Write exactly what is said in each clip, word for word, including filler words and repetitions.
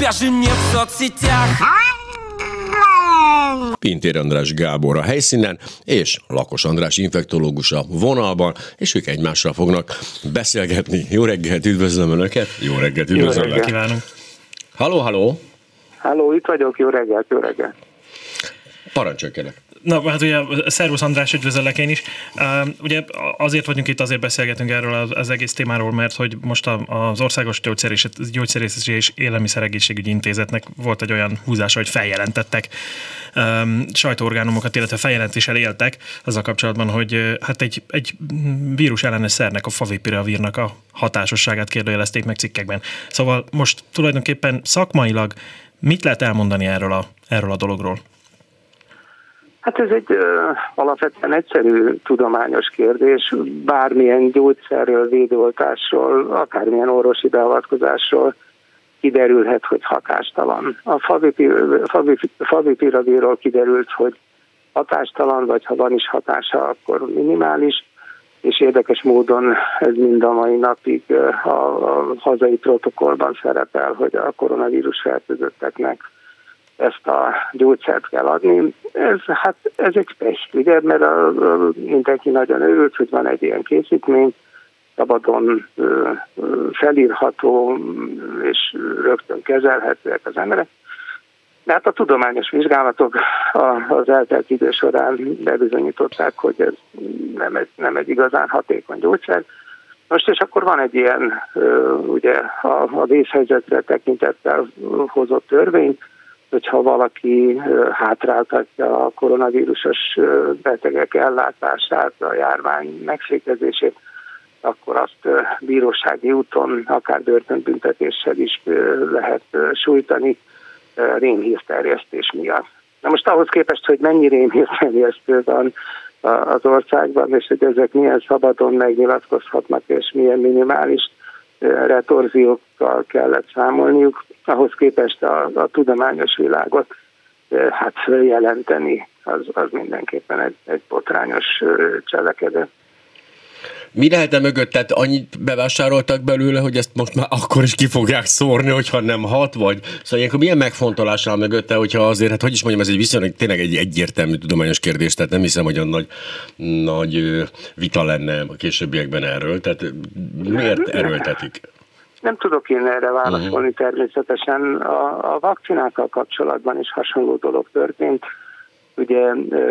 Скажи мне в соцсетях. Pintér András Gábor a helyszínen, és Lakos András infektológus a vonalban, és ők egymással fognak beszélgetni. Jó reggelt, üdvözlöm Önöket! Jó reggelt, üdvözlöm! Jó reggelt kívánunk! Halló, halló! Halló, itt vagyok, jó reggelt, jó reggelt! Parancsolj, kérlek! Na, hát ugye, szervusz András, üdvözöllek én is. Uh, ugye azért vagyunk itt, azért beszélgetünk erről az, az egész témáról, mert hogy most az Országos Gyógyszerészeti és Élelmiszeregészségügyi Intézetnek volt egy olyan húzása, hogy feljelentettek um, sajtóorgánumokat, illetve feljelentéssel éltek azzal kapcsolatban, hogy hát egy, egy vírus ellenes szernek, a favipiravírnak a hatásosságát kérdőjelezték meg cikkekben. Szóval most tulajdonképpen szakmailag mit lehet elmondani erről a, erről a dologról? Hát ez egy ö, alapvetően egyszerű tudományos kérdés. Bármilyen gyógyszerről, védőoltásról, akármilyen orvosi beavatkozásról kiderülhet, hogy hatástalan. A favipiravírról kiderült, hogy hatástalan, vagy ha van is hatása, akkor minimális, és érdekes módon ez mind a mai napig a, a hazai protokollban szerepel, hogy a koronavírus fertőzötteknek ezt a gyógyszert kell adni. Ez, hát, ez egy pech, ugye, mert a, a, mindenki nagyon örült, hogy van egy ilyen készítmény, szabadon ö, ö, felírható és rögtön kezelhetőek az emberek. De hát a tudományos vizsgálatok az eltelt idő során bebizonyították, hogy ez nem egy, nem egy igazán hatékony gyógyszer. Most és akkor van egy ilyen ö, ugye a, a vészhelyzetre tekintettel hozott törvény, hogyha valaki hátráltatja a koronavírusos betegek ellátását, a járvány megfékezését, akkor azt bírósági úton, akár börtönbüntetéssel is lehet sújtani rémhírterjesztés miatt. Na most ahhoz képest, hogy mennyi rémhírterjesztő van az országban, és hogy ezek milyen szabadon megnyilatkozhatnak, és milyen minimális retorziókkal kellett számolniuk, ahhoz képest a, a tudományos világot hát följelenteni, az, az mindenképpen egy, egy botrányos cselekedet. Mi lehet-e mögött? Tehát annyit bevásároltak belőle, hogy ezt most már akkor is ki fogják szórni, hogyha nem hat, vagy... Szóval ilyenkor milyen megfontolás áll mögötte, hogyha azért, hát hogy is mondjam, ez egy viszonylag tényleg egy egyértelmű tudományos kérdés, tehát nem hiszem, hogy olyan nagy, nagy vita lenne a későbbiekben erről, tehát miért erőltetik? Nem tudok én erre válaszolni, uh-huh. Természetesen a, a vakcinákkal kapcsolatban is hasonló dolog történt. Ugye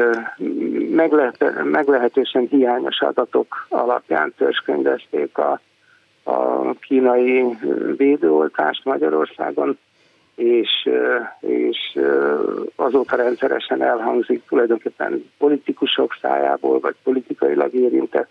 megleh- meglehetősen hiányos adatok alapján törzskönyvezték a, a kínai védőoltást Magyarországon, és, és azóta rendszeresen elhangzik tulajdonképpen politikusok szájából, vagy politikailag érintett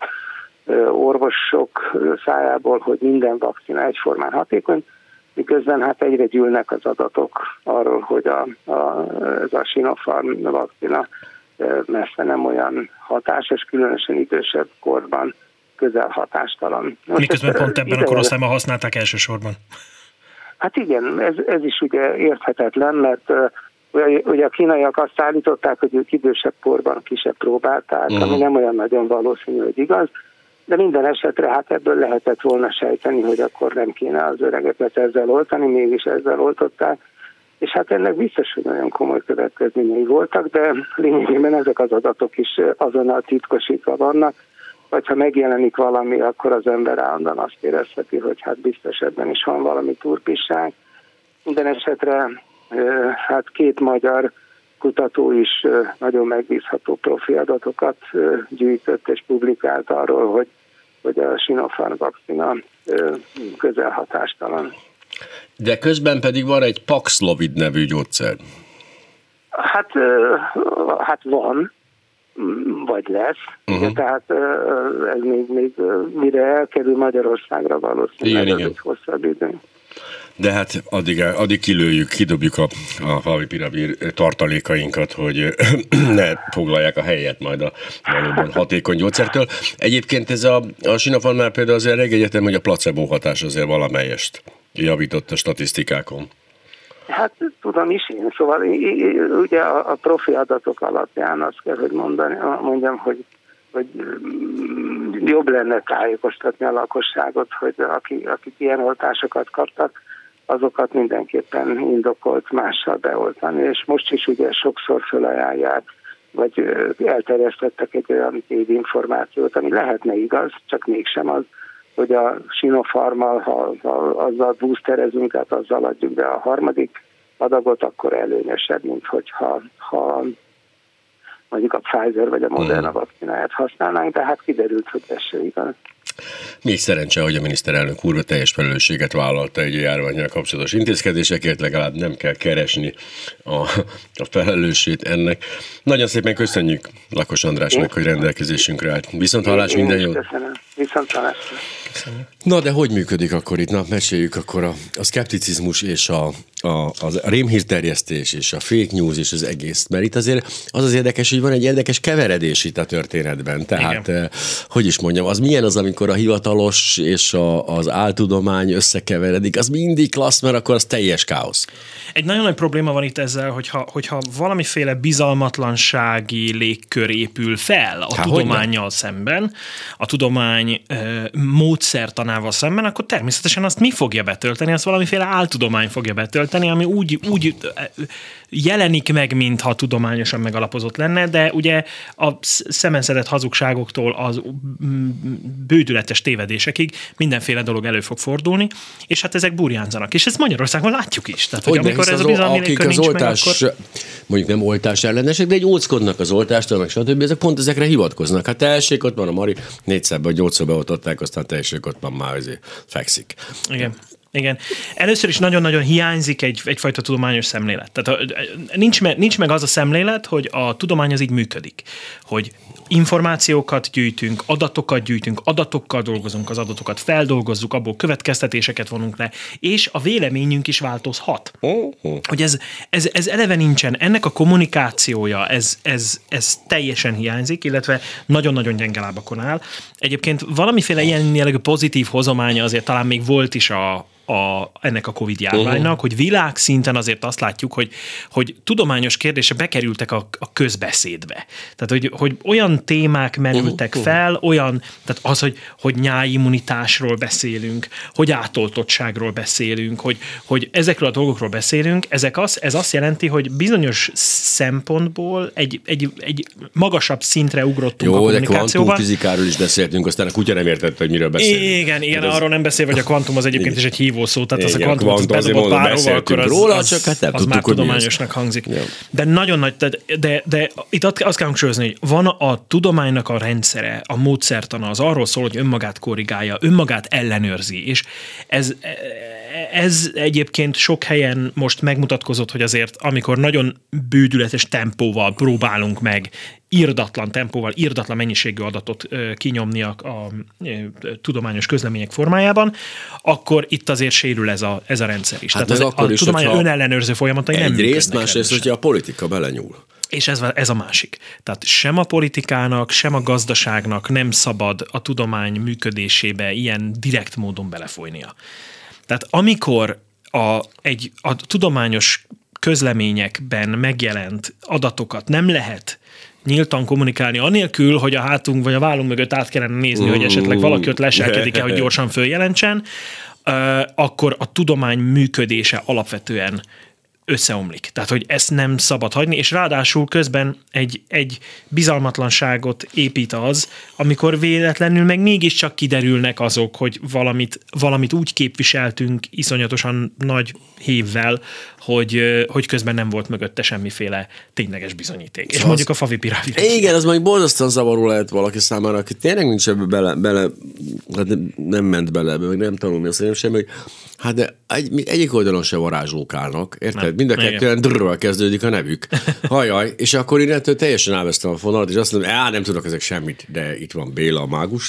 orvosok szájából, hogy minden vakcina egyformán hatékony, miközben hát egyre gyűlnek az adatok arról, hogy a, a, ez a Sinopharm vakcina messze nem olyan hatásos, különösen idősebb korban közel hatástalan. Most miközben ezt, pont ebben ideje... a korosztályban használták elsősorban. Hát igen, ez, ez is ugye érthetetlen, mert uh, ugye a kínaiak azt állították, hogy ők idősebb korban kisebb próbálták, uh-huh. ami nem olyan nagyon valószínű, hogy igaz, de minden esetre hát ebből lehetett volna sejteni, hogy akkor nem kéne az öregeket ezzel oltani, mégis ezzel oltották, és hát ennek biztos, hogy nagyon komoly következményei voltak, de lényegében ezek az adatok is azonnal titkosítva vannak, vagy ha megjelenik valami, akkor az ember állandóan azt érezheti, hogy hát biztos ebben is van valami turpisság. Minden esetre hát két magyar kutató is nagyon megbízható profi adatokat gyűjtött és publikált arról, hogy, hogy a Sinopharm vakcina közel hatástalan. De közben pedig van egy Paxlovid nevű gyógyszer. Hát, hát van, vagy lesz. Uh-huh. Tehát ez még, még mire elkerül Magyarországra valószínűleg igen, ez egy hosszabb idő. De hát addig, addig kilőjük, kidobjuk a, a favipiravir tartalékainkat, hogy ne foglalják a helyet majd a valóban hatékony gyógyszertől. Egyébként ez a, a Sinopharmnál például azért elég egyetem, hogy a placebo hatás azért valamelyest javított a statisztikákon. Hát tudom is én, szóval ugye a, a profi adatok alapján azt kell, hogy mondani, mondjam, hogy hogy jobb lenne tájékoztatni a lakosságot, hogy akik, akik ilyen oltásokat kaptak, azokat mindenképpen indokolt mással beoltani, és most is ugye sokszor felajánlják, vagy elterjesztettek egy olyan tévinformációt, ami lehetne igaz, csak mégsem az, hogy a Sinopharmmal, ha, ha azzal boosterezünk, hát azzal adjuk be a harmadik adagot, akkor előnyösebb, mint hogyha ha mondjuk a Pfizer vagy a Moderna vakcináját használnánk, de hát kiderült, hogy ez se igaz. Még szerencse, hogy a miniszterelnök úr teljes felelősséget vállalta egy járvánnyal kapcsolatos intézkedésekért, legalább nem kell keresni a, a felelősségét ennek. Nagyon szépen köszönjük Lakos Andrásnak, hogy rendelkezésünkre állt. Viszont hallás, minden jót! Köszönöm. Viszont hallásra. Na, de hogy működik akkor itt? Na, meséljük akkor a, a szkepticizmus és a, a, a rémhírterjesztés és a fake news és az egész. Mert itt azért az az érdekes, hogy van egy érdekes keveredés itt a történetben. Tehát, eh, hogy is mondjam, az milyen az, amikor a hivatalos és a, az áltudomány összekeveredik, az mindig klassz, mert akkor az teljes káosz. Egy nagyon nagy probléma van itt ezzel, hogyha, hogyha valamiféle bizalmatlansági légkör épül fel a Há, tudománnyal szemben, a tudomány e, módszertanával szemben, akkor természetesen azt mi fogja betölteni? Azt valamiféle áltudomány fogja betölteni, ami úgy, úgy jelenik meg, mintha tudományosan megalapozott lenne, de ugye a szemenszedett hazugságoktól az bődületes tévedésekig mindenféle dolog elő fog fordulni, és hát ezek burjánzanak. És ezt Magyarországon látjuk is. Tehát, hogy, hogy amikor ez a bizalmi légkör nincs oltás, meg, akkor... mondjuk nem oltás ellenesek, de egy óckodnak az oltástól, meg stb. Ezek pont ezekre hivatkoznak. Hát tessék, ott van a Mari, négyszer vagy nyolcszor beoltották, aztán tessék, ott van már azért fekszik. Igen. Igen. Először is nagyon-nagyon hiányzik egy, egyfajta tudományos szemlélet. Tehát a, nincs, me, nincs meg az a szemlélet, hogy a tudomány az így működik. Hogy információkat gyűjtünk, adatokat gyűjtünk, adatokkal dolgozunk, az adatokat feldolgozzuk, abból következtetéseket vonunk le, és a véleményünk is változhat. Uh-huh. Hogy ez, ez, ez eleve nincsen. Ennek a kommunikációja, ez, ez, ez teljesen hiányzik, illetve nagyon-nagyon gyenge lábakon áll. Egyébként valamiféle ilyen jellegű pozitív hozománya azért talán még volt is a A, ennek a Covid járványnak, uh-huh. hogy világszinten azért azt látjuk, hogy, hogy tudományos kérdések bekerültek a, a közbeszédbe. Tehát, hogy, hogy olyan témák merültek uh-huh. fel, olyan, tehát az, hogy, hogy nyáimmunitásról beszélünk, hogy átoltottságról beszélünk, hogy, hogy ezekről a dolgokról beszélünk, ezek az, ez azt jelenti, hogy bizonyos szempontból egy, egy, egy magasabb szintre ugrottunk Jó, a kommunikációban. Jó, de kvantumfizikáról is beszéltünk, aztán a kutya nem értette, hogy miről beszélünk. Igen, igen, hát arról ez... nem beszél, vagy a kvantum az egyébként is egy hív szó, tehát igen, az a kvantumot bedobott bárhova, akkor az, róla, az, csak hát nem az tudtuk, már tudományosnak hangzik. Ja. De nagyon nagy, de, de, de itt azt kell hangsúlyozni, hogy van a tudománynak a rendszere, a módszertana, az arról szól, hogy önmagát korrigálja, önmagát ellenőrzi, és ez, ez egyébként sok helyen most megmutatkozott, hogy azért, amikor nagyon bődületes tempóval próbálunk meg irdatlan tempóval, irdatlan mennyiségű adatot ö, kinyomni a, a ö, tudományos közlemények formájában, akkor itt azért sérül ez a, ez a rendszer is. Hát tehát az, a tudomány önellenőrző folyamatai nem működnek. Egyrészt, másrészt, hogyha a politika belenyúl. És ez, ez a másik. Tehát sem a politikának, sem a gazdaságnak nem szabad a tudomány működésébe ilyen direkt módon belefolynia. Tehát amikor a, egy, a tudományos közleményekben megjelent adatokat nem lehet nyíltan kommunikálni, anélkül, hogy a hátunk vagy a vállunk mögött át kellene nézni, hogy esetleg valaki ott leselkedik-e, hogy gyorsan följelentsen, akkor a tudomány működése alapvetően összeomlik. Tehát, hogy ezt nem szabad hagyni, és ráadásul közben egy, egy bizalmatlanságot épít az, amikor véletlenül meg mégiscsak kiderülnek azok, hogy valamit, valamit úgy képviseltünk iszonyatosan nagy hívvel, hogy, hogy közben nem volt mögötte semmiféle tényleges bizonyíték. És az, mondjuk a favipiravir. Igen, az mondjuk borzasztóan zavaró lehet valaki számára, aki tényleg nincs ebbe bele, bele hát nem ment bele ebbe, meg nem tanulni azt nem semmi, hogy hát de egy, egyik oldalon se varázslókálnak, érted? Nem. Mind a kettően drrrral kezdődik a nevük. Hajaj, és akkor innentől teljesen elvesztem a fonalat, és azt mondom, hogy nem tudok ezek semmit, de itt van Béla a mágus.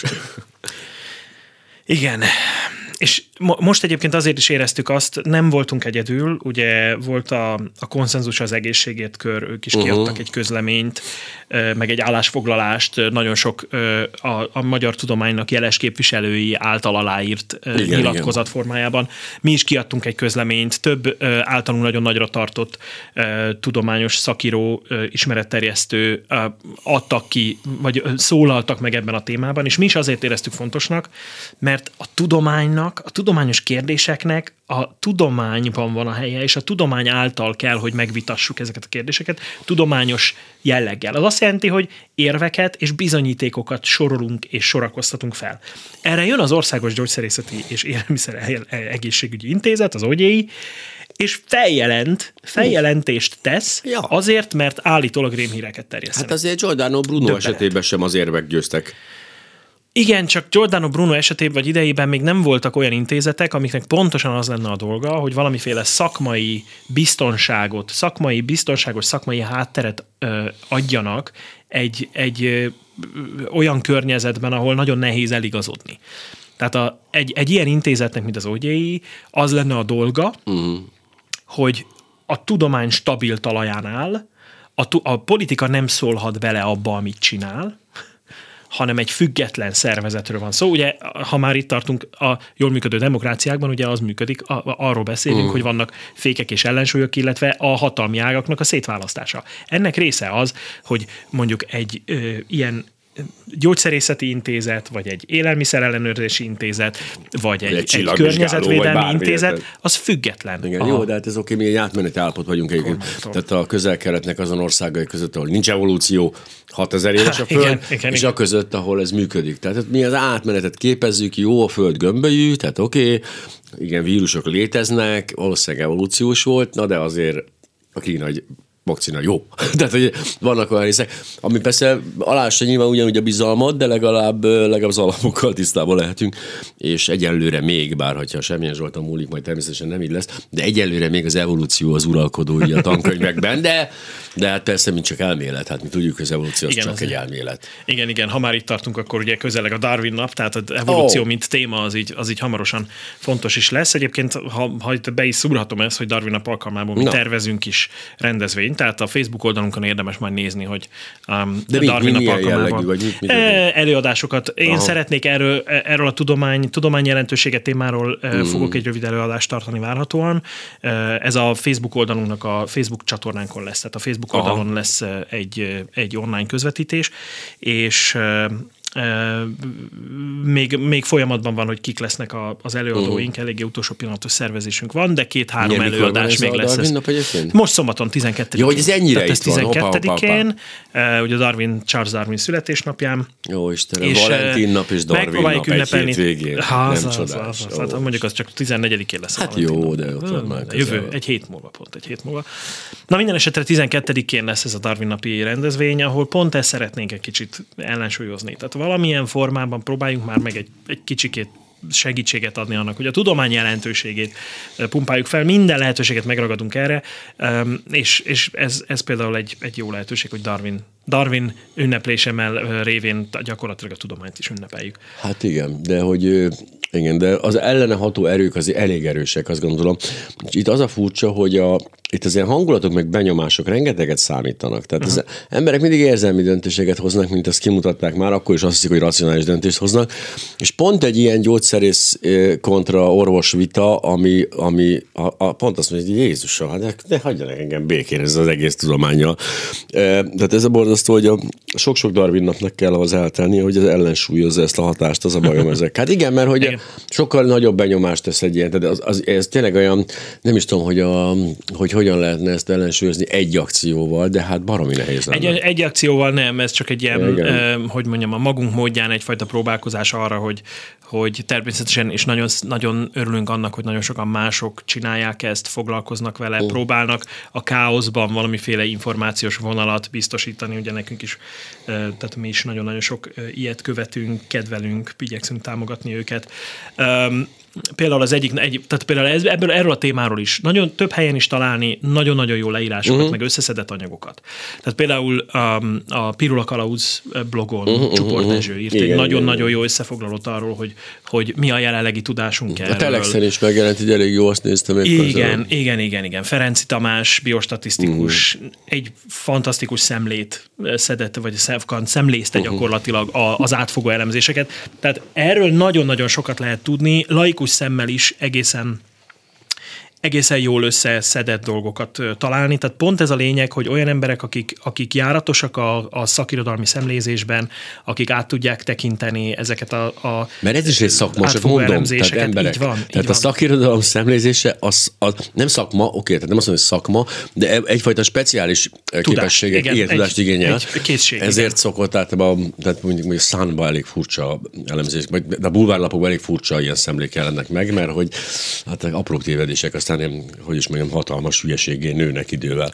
Igen. És mo- most egyébként azért is éreztük azt, nem voltunk egyedül, ugye volt a, a konszenzus az egészségért kör, ők is uh-huh. kiadtak egy közleményt, meg egy állásfoglalást, nagyon sok a, a magyar tudománynak jeles képviselői által aláírt igen, nyilatkozat igen. formájában. Mi is kiadtunk egy közleményt, több általunk nagyon nagyra tartott tudományos szakíró, ismeretterjesztő adtak ki, vagy szólaltak meg ebben a témában, és mi is azért éreztük fontosnak, mert a tudománynak tudománynak, a tudományos kérdéseknek a tudományban van a helye, és a tudomány által kell, hogy megvitassuk ezeket a kérdéseket tudományos jelleggel. Az azt jelenti, hogy érveket és bizonyítékokat sorolunk és sorakoztatunk fel. Erre jön az Országos Gyógyszerészeti és Élelmiszer Egészségügyi Intézet, az o gé i, és feljelent, feljelentést tesz ja. azért, mert állítólag rémhíreket terjesztenek. Hát azért Giordano Bruno Döbbenet. Esetében sem az érvek győztek. Igen, csak Giordano Bruno esetében vagy idejében még nem voltak olyan intézetek, amiknek pontosan az lenne a dolga, hogy valamiféle szakmai biztonságot, szakmai biztonságos szakmai hátteret ö, adjanak egy, egy ö, olyan környezetben, ahol nagyon nehéz eligazodni. Tehát a, egy, egy ilyen intézetnek, mint az o gé i, az lenne a dolga, uh-huh. hogy a tudomány stabil talaján áll, a, a politika nem szólhat bele abba, amit csinál, hanem egy független szervezetről van szó. Ugye, ha már itt tartunk a jól működő demokráciákban, ugye az működik, a, arról beszélünk, uh. hogy vannak fékek és ellensúlyok, illetve a hatalmi ágaknak a szétválasztása. Ennek része az, hogy mondjuk egy ö, ilyen gyógyszerészeti intézet, vagy egy élelmiszerellenőrzési intézet, vagy egy, egy, egy környezetvédelmi intézet, az független. Igen, a... Jó, de hát ez oké, mi egy átmeneti állapot vagyunk egyébként. Tehát a Közel-Keletnek azon országai között, ahol nincs evolúció, hatezer éves a Föld, igen, igen, és igen. a között, ahol ez működik. Tehát mi az átmenetet képezzük, jó, a Föld gömbölyű, tehát oké, igen, vírusok léteznek, valószínűleg evolúciós volt, na de azért a kínai vakcina jó. Tehát, hogy vannak olyan részek, ami persze alássa nyilván ugyanúgy a bizalmat, de legalább, legalább az alapokkal tisztában lehetünk, és egyelőre még, bár hogyha semmilyen Zsoltan múlik, majd természetesen nem így lesz, de egyelőre még az evolúció az uralkodó a tankönyvekben, de, de hát persze, mint csak elmélet, hát mi tudjuk, hogy az evolúció az igen, csak az egy elmélet. Igen, igen, ha már itt tartunk, akkor ugye közeleg a Darwin nap, tehát az evolúció, oh. mint téma, az így, az így hamarosan fontos is lesz. Egyébként, ha, ha itt be is szúrhatom ezt, hogy Darwin nap alkalmából mi no. tervezünk is rendezvényt, tehát a Facebook oldalunkon érdemes majd nézni, hogy um, de a Darwin nap alkalmával vagy mit, mit előadásokat. Én Aha. szeretnék erről, erről a tudomány, tudomány jelentősége témáról mm. fogok egy rövid előadást tartani várhatóan. Ez a Facebook oldalunknak a Facebook csatornánkon lesz, tehát a Facebook Aha. oldalon lesz egy, egy online közvetítés, és Még, még folyamatban van, hogy kik lesznek a, az előadóink, uh-huh. eléggé utolsó pillanatos szervezésünk van, de két-három előadás még lesz. Ez. Most szombaton tizenkettedikén. Jó, hogy ez ennyire Tehát itt van. tizenkettedikén, uh, ugye Darwin, Charles Darwin születésnapján. Jó Istenem, Valentin nap és Darwin nap egy hét végén. Ha, nem az, csodás. Az, az, hát mondjuk az csak tizennegyedikén lesz. Hát jó, de ott van már jövő, egy hét múlva pont, egy hét múlva. Na minden esetre tizenkettedikén lesz ez a Darwin napi rendezvény, ahol pont ezt szeretnénk egy kicsit ellensúlyozni. Tehát valamilyen formában próbáljunk már meg egy, egy kicsikét segítséget adni annak, hogy a tudomány jelentőségét pumpáljuk fel, minden lehetőséget megragadunk erre, és, és ez, ez például egy, egy jó lehetőség, hogy Darwin, Darwin ünneplésemel révén gyakorlatilag a tudományt is ünnepeljük. Hát igen, de hogy igen, de az ellene ható erők azért elég erősek, azt gondolom. Itt az a furcsa, hogy a, itt az ilyen hangulatok meg benyomások rengeteget számítanak. Tehát uh-huh. az emberek mindig érzelmi döntéseket hoznak, mint ezt kimutatták már, akkor is azt hiszik, hogy racionális döntést hoznak. És pont egy ilyen gyógyszerész kontra orvos vita, ami, ami a, a, pont azt mondja, hogy Jézusom, hát ne hagyjanak engem békén ez az egész tudománnyal. Tehát ez a borzasztó, hogy a sok-sok Darwin napnak kell az eltelnie, hogy az ellensúlyozza ezt a hatást, az a bajom ezek. Hát igen, mert hogy igen. sokkal nagyobb benyomást tesz egy ilyen, tehát az, az, ez tényleg olyan, nem is tudom, hogy, a, hogy hogyan lehetne ezt ellensúlyozni egy akcióval, de hát baromi nehéz lenne. Egy, egy akcióval nem, ez csak egy ilyen, eh, hogy mondjam, a magunk módján egyfajta próbálkozás arra, hogy, hogy természetesen, és nagyon, nagyon örülünk annak, hogy nagyon sokan mások csinálják ezt, foglalkoznak vele, oh. próbálnak a káoszban valamiféle információs vonalat biztosítani, ugye nekünk is, eh, tehát mi is nagyon-nagyon sok eh, ilyet követünk, kedvelünk, igyekszünk támogatni őket. Um, Például az egyik, egy, tehát például ez, ebből, erről a témáról is nagyon több helyen is találni nagyon-nagyon jó leírásokat, uh-huh. meg összeszedett anyagokat. Tehát például um, a Pirula Kalauz blogon uh-huh, Csupor uh-huh. Dezső írt igen, egy nagyon-nagyon jó összefoglalót arról, hogy, hogy mi a jelenlegi tudásunk erről. A Telexen is megjelent, egy elég jó, azt néztem. Igen, igen, igen, igen, igen. Ferenci Tamás, biostatisztikus, uh-huh. egy fantasztikus szemlét szedett, vagy szemlézte uh-huh. gyakorlatilag az átfogó elemzéseket. Tehát erről nagyon-nagyon sokat lehet tudni, laikus szemmel is egészen, egészen jól összeszedett dolgokat találni. Tehát pont ez a lényeg, hogy olyan emberek, akik, akik járatosak a, a szakirodalmi szemlézésben, akik át tudják tekinteni ezeket a, a mert ez is egy szakma, csak mondom, tehát emberek. Így van, tehát így a van. szakirodalom szemlézése az, az nem szakma, oké, tehát nem azt mondom, hogy szakma, de egyfajta speciális tudás, képességek, igen, ilyen tudást igényel. Egy készség, ezért igen. Szokott általában, tehát mondjuk, mondjuk a Sunban elég furcsa elemzés, de a bulvárlapokban elég furcsa ilyen szemlék jelennek meg, mert hogy hát apró tévedések aztán nem, hogy is mondjam, hatalmas hülyeségé nőnek idővel.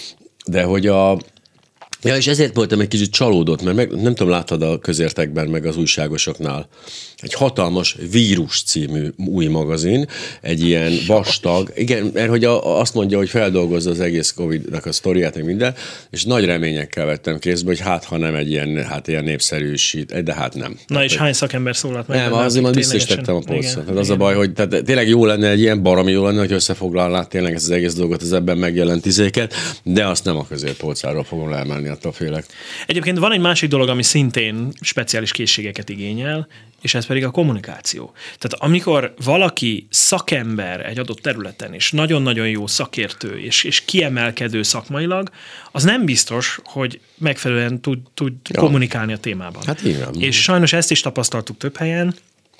De hogy a Ja, és ezért voltam egy kicsit csalódott, mert meg, nem tudom, láttad a közértekben, meg az újságosoknál. Egy hatalmas Vírus című új magazin, egy ilyen vastag, igen, mert hogy a, azt mondja, hogy feldolgozza az egész Covid-nak a sztoriát, meg minden, és nagy reményekkel vettem kézbe, hogy hát, ha nem egy ilyen, hát ilyen népszerűsít, de hát nem. Na tehát, és hány szakember szólalt meg? Nem, azért majd biztos tettem a polcra. Tehát az a baj, hogy tehát tényleg jó lenne, egy ilyen baromi jó lenne, hogy összefoglalnák tényleg ezt az egész dolgot, az ebben megjelent izéket, de azt nem a közérpolcáról fogom leemelni, attól félek. Egyébként van egy másik dolog, ami szintén speciális készségeket igényel, és ez pedig a kommunikáció. Tehát amikor valaki szakember egy adott területen, és nagyon-nagyon jó szakértő, és, és kiemelkedő szakmailag, az nem biztos, hogy megfelelően tud, tud ja. kommunikálni a témában. Hát igen. És sajnos ezt is tapasztaltuk több helyen,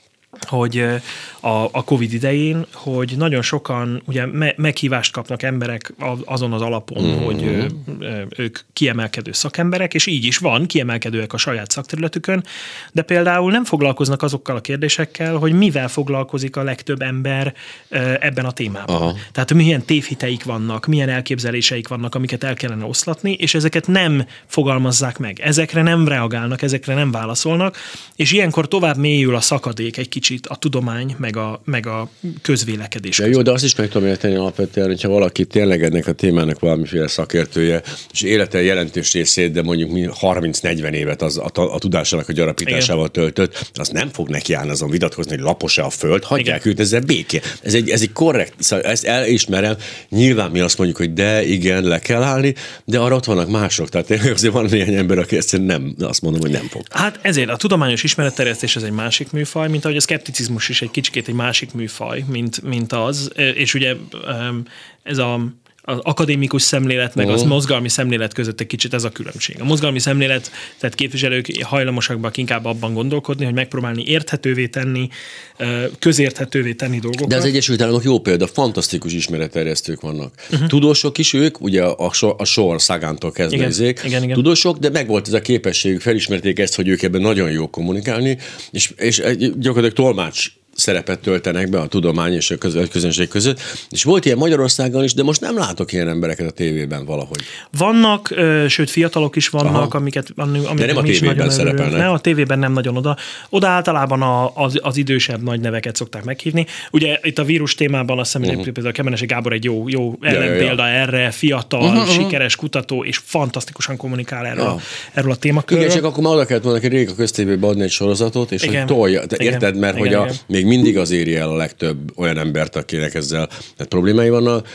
hogy a, a Covid idején, hogy nagyon sokan ugye me, meghívást kapnak emberek azon az alapon, mm-hmm. hogy ö, ö, ők kiemelkedő szakemberek, és így is van, kiemelkedőek a saját szakterületükön, de például nem foglalkoznak azokkal a kérdésekkel, hogy mivel foglalkozik a legtöbb ember ö, ebben a témában. Aha. Tehát milyen tévhiteik vannak, milyen elképzeléseik vannak, amiket el kellene oszlatni, és ezeket nem fogalmazzák meg. Ezekre nem reagálnak, ezekre nem válaszolnak, és ilyenkor tovább mélyül a szakadék egy kicsit a tudomány, meg a, meg a közvélekedés. Ja, jó, de azt is meg tudom érteni alapvetően, hogyha valaki tényleg ennek a témának valamiféle szakértője, és élete jelentős részét, de mondjuk harminc-negyven évet az, a, a tudásának a gyarapításával töltött, az nem fog neki állni azon vitatkozni, hogy lapos-e a föld, hagyják igen. őt ezzel békén. Ez egy, ez egy korrekt, szóval ezt elismerem, nyilván mi azt mondjuk, hogy de igen, le kell állni, de arra ott vannak mások, tehát azért van néhány ember, aki ezt nem, azt mondom, hogy nem fog. Hát ezért a tudományos ismeretterjesztés ez egy másik műfaj, mint ahogy a szkepticizmus is egy kicsikét egy másik műfaj, mint, mint az, és ugye ez a az akadémikus szemlélet, meg az mozgalmi szemlélet között egy kicsit ez a különbség. A mozgalmi szemlélet, tehát képviselők hajlamosak inkább abban gondolkodni, hogy megpróbálni érthetővé tenni, közérthetővé tenni dolgokat. De az Egyesült Államok jó példa, fantasztikus ismeretterjesztők vannak. Uh-huh. Tudósok is ők, ugye a sor, a sor Sagántól kezdve igen, izék, igen, igen. tudósok, de megvolt ez a képességük, felismerték ezt, hogy ők ebben nagyon jó kommunikálni, és, és gyakorlatilag tolmács szerepet töltenek be a tudomány és a közönség között. És volt ilyen Magyarországon is, de most nem látok ilyen embereket a tévében valahogy. Vannak, sőt fiatalok is vannak, Aha. amiket, amiket de nem a tévében szerepelnek. Nem, a tévében nem nagyon oda. Oda általában a, az, az idősebb nagy neveket szokták meghívni. Ugye itt a vírus témában azt hiszem, uh-huh. például Kemenesi Gábor egy jó, jó ellenpélda ja, ja, ja. erre, fiatal, uh-huh. sikeres kutató, és fantasztikusan kommunikál erről, ja. a, erről a témakörről. Igen, csak akkor már oda kellett volna neki rég a köztévében adni egy sorozatot, és igen. hogy tolja. Te igen. érted, mert igen, hogy a, még mindig az éri el a legtöbb olyan embert, akinek ezzel problémái vannak,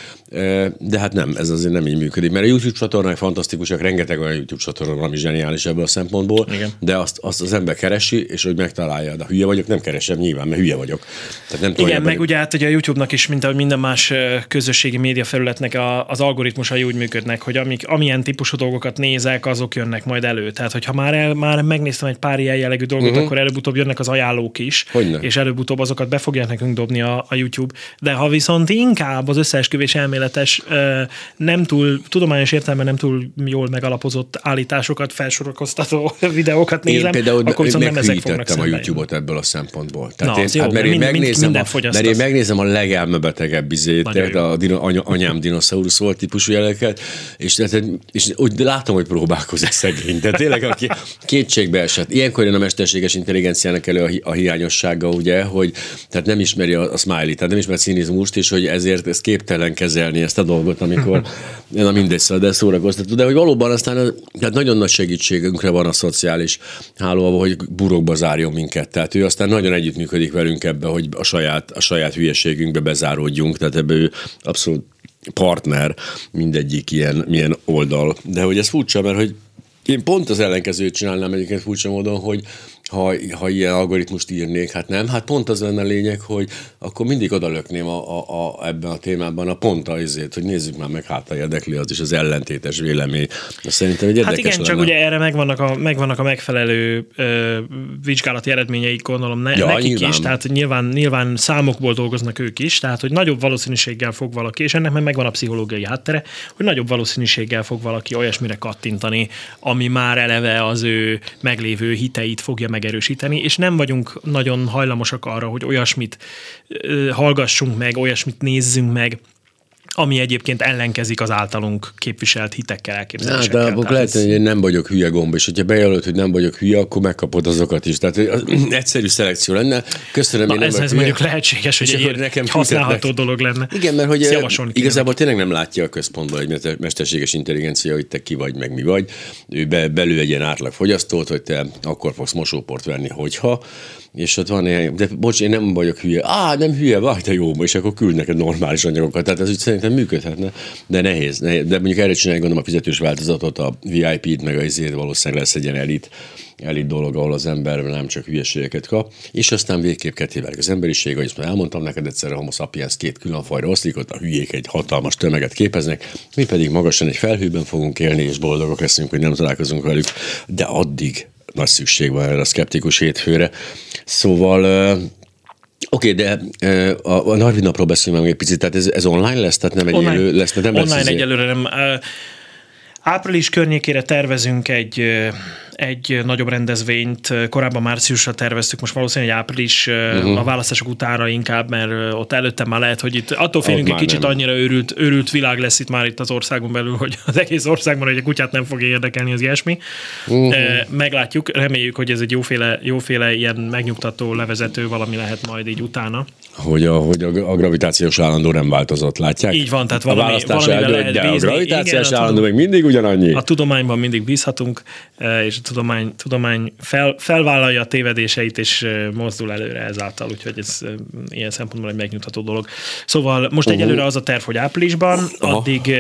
de hát nem, ez azért nem így működik, mert a YouTube csatornák fantasztikusak, rengeteg olyan YouTube csatorna van, ami zseniális ebből a szempontból, igen. de azt, azt az ember keresi, és hogy megtalálja. De hülye vagyok, nem keresem nyilván, mert hülye vagyok. Tehát nem igen, meg ugye hát ugye a YouTube-nak is, mint ahogy minden más közösségi média felületnek a, az algoritmusai úgy működnek, hogy amik, amilyen típusú dolgokat nézek, azok jönnek majd elő. Tehát, hogyha már, el, már megnéztem egy pár ilyen jellegű dolgot, uh-huh. akkor előbb-utóbb jönnek az ajánlók is, Hogyne. és előbb-utóbb azokat be fogják nekünk dobni a, a YouTube. De ha viszont inkább az összeesküvés elméletes, nem túl, tudományos értelemben nem túl jól megalapozott állításokat, felsorokoztató videókat nézem, én például akkor viszont nem ezek fognak a YouTube-ot ebből a szempontból. Tehát Na, én, jó, hát, mert, én mind, megnézem mind, a, mert én megnézem a legelmebetegebb izét, tehát a dino, anya, anyám dinoszaurusz volt típusú jeleket, és, tehát, és úgy látom, hogy próbálkozik szegény. De tényleg aki kétségbe esett. Ilyenkor jön a mesterséges intelligenciának elő a, hi, a hiányossága, ugye, hogy tehát nem ismeri a, a smiley, tehát nem ismeri a cinizmust, és hogy ezért ez képtelen kezelni ezt a dolgot, amikor na mindegy, szóval, de szórakoztató. De hogy valóban aztán tehát nagyon nagy segítségünkre van a szociális háló, hogy burokba zárjon minket. Tehát ő aztán nagyon együttműködik velünk ebbe, hogy a saját, a saját hülyeségünkbe bezáródjunk, tehát ebbe ő abszolút partner mindegyik ilyen, milyen oldal. De hogy ez furcsa, mert hogy én pont az ellenkezőt csinálnám egyébként furcsa módon, hogy ha, ha ilyen algoritmust írnék, hát nem. Hát pont az lenne a lényeg, hogy akkor mindig odalökném a, a, a, ebben a témában a pont azért, hogy nézzük már meg, hát ha érdekli az is az ellentétes vélemény. Azt szerintem egy érdekes Hát igen, lenne. csak ugye erre megvannak a, megvannak a megfelelő ö, vizsgálati eredményeik, gondolom ne, ja, nekik nyilván. is, tehát nyilván, nyilván számokból dolgoznak ők is, tehát hogy nagyobb valószínűséggel fog valaki, és ennek meg megvan a pszichológiai háttere, hogy nagyobb valószínűséggel fog valaki olyasmire kattintani, ami már eleve az ő meglévő hiteit fogja megerősíteni, és nem vagyunk nagyon hajlamosak arra, hogy olyasmit ö, hallgassunk meg, olyasmit nézzünk meg, ami egyébként ellenkezik az általunk képviselt hitekkel, elképzelésekkel. Hát, de akkor lehet, ez... hogy én nem vagyok hülye gomb, és hogyha bejelölt, hogy nem vagyok hülye, akkor megkapod azokat is. Tehát az egyszerű szelekció lenne. Köszönöm, Na, én nem ez, vagyok ez hülye. mondjuk lehetséges, hogy egy, nekem egy használható dolog lenne. Igen, mert hogy igazából kéne. tényleg nem látja a központban egy mesterséges intelligencia, hogy te ki vagy, meg mi vagy. Ő be, belül egy ilyen átlag fogyasztót, hogy te akkor fogsz mosóport venni, hogyha. És ott van néhány, de bocs, én nem vagyok hülye. Á, nem hülye, vagy te jó, és akkor küld neked normális anyagokat. Tehát ez úgy szerintem működhetne, de nehéz. nehéz. De mondjuk erre csinálják, gondolom, a fizetős változatot, a vé i pé-t, meg a izét valószínűleg lesz egy ilyen elit, elit dolog, ahol az ember nem csak hülyeségeket kap, és aztán végképp ketté válik az emberiség, ahogy ezt elmondtam neked egyszerre, a homo sapiens két külön fajra oszlik, ott a hülyék egy hatalmas tömeget képeznek, mi pedig magasan egy felhőben fogunk élni, és boldogok leszünk, hogy nem találkozunk velük, de addig nagy szükség van erre a szkeptikus hétfőre. Szóval, uh, oké, okay, de uh, a Narvi napról beszélünk meg egy picit, tehát ez, ez online lesz, tehát nem egy online. élő lesz, mert nem online lesz. Online egyelőre nem. Uh, április környékére tervezünk egy, egy nagyobb rendezvényt, korábban márciusra terveztük, most valószínűleg egy április uh-huh. a választások utára inkább, mert ott előtte már lehet, hogy itt attól félünk, egy kicsit nem. annyira őrült, őrült világ lesz itt már itt az országon belül, hogy az egész országban, hogy a kutyát nem fogja érdekelni az ilyesmi. Uh-huh. Meglátjuk, reméljük, hogy ez egy jóféle, jóféle ilyen megnyugtató levezető valami lehet majd így utána. Hogy a, hogy a gravitációs állandó nem változott, látják? Így van, tehát valami, valamivel lehet de bízni. a gravitációs igen, állandó még mindig ugyanannyi. A tudományban mindig bízhatunk, és a tudomány, tudomány fel, felvállalja a tévedéseit, és mozdul előre ezáltal, úgyhogy ez ilyen szempontból egy megnyugtató dolog. Szóval most uh-huh. egyelőre az a terv, hogy áprilisban, addig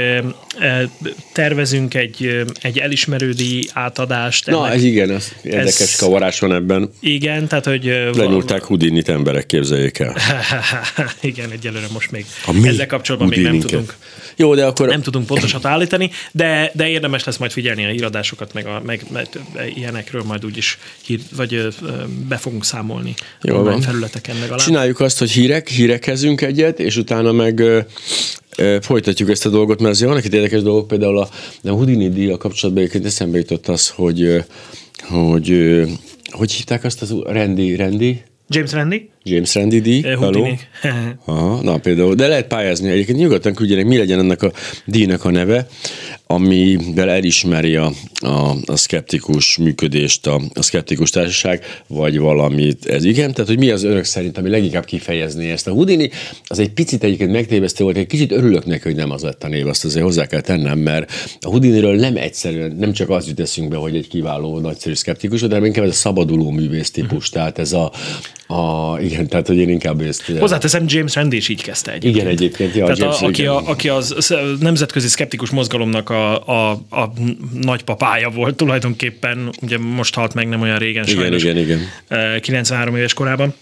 tervezünk egy, egy elismerődi átadást. Na, ennek, ez igen, az érdekes ez, kavarás van ebben. Igen, tehát, hogy... Lenyúlták Houdinit emberek, képzeljék el. Igen, egyelőre most még a ezzel kapcsolatban még nem tudunk. Jó, de akkor... Nem tudunk pontosat állítani, de, de érdemes lesz majd figyelni a híradásokat, meg, a, meg, meg ilyenekről majd úgyis hír, vagy be fogunk számolni a felületeken legalább. Csináljuk azt, hogy hírek, hírekezünk egyet, és utána meg ö, ö, folytatjuk ezt a dolgot, mert azért vannak itt érdekes dolgok, például a, a Houdini díjjal kapcsolatban egyébként eszembe jutott az, hogy hogy, hogy hívták azt az Randy, Randy? James Randi? James Randi díj. Houdini. Aha, na például, de lehet pályázni. Egyébként nyugodtan küldjenek, mi legyen ennek a díjnak a neve, amivel elismeri a, a, a szkeptikus működést, a, a szkeptikus társaság, vagy valamit. Ez igen, tehát hogy mi az önök szerint, ami leginkább kifejezné ezt. A Houdini az egy picit egyébként megtévesztő volt, egy kicsit örülök neki, hogy nem az lett a név, azt azért hozzá kell tennem, mert a Houdiniről nem egyszerűen, nem csak az jut eszünkbe, hogy egy kiváló, nagyszerű szkeptikus, de inkább ez a szabaduló művész típus, mm. tehát ez a, a igen, tehát hogy én inkább ezt... Hozzáteszem, James Randi is így kezdte egyébként. Igen, egyébként. Ja, tehát James, a, aki, igen. a, aki az nemzetközi szkeptikus mozgalomnak a, a, a nagypapája volt tulajdonképpen, ugye most halt meg nem olyan régen igen, sajnos. Igen, igen, kilencvenhárom éves korában.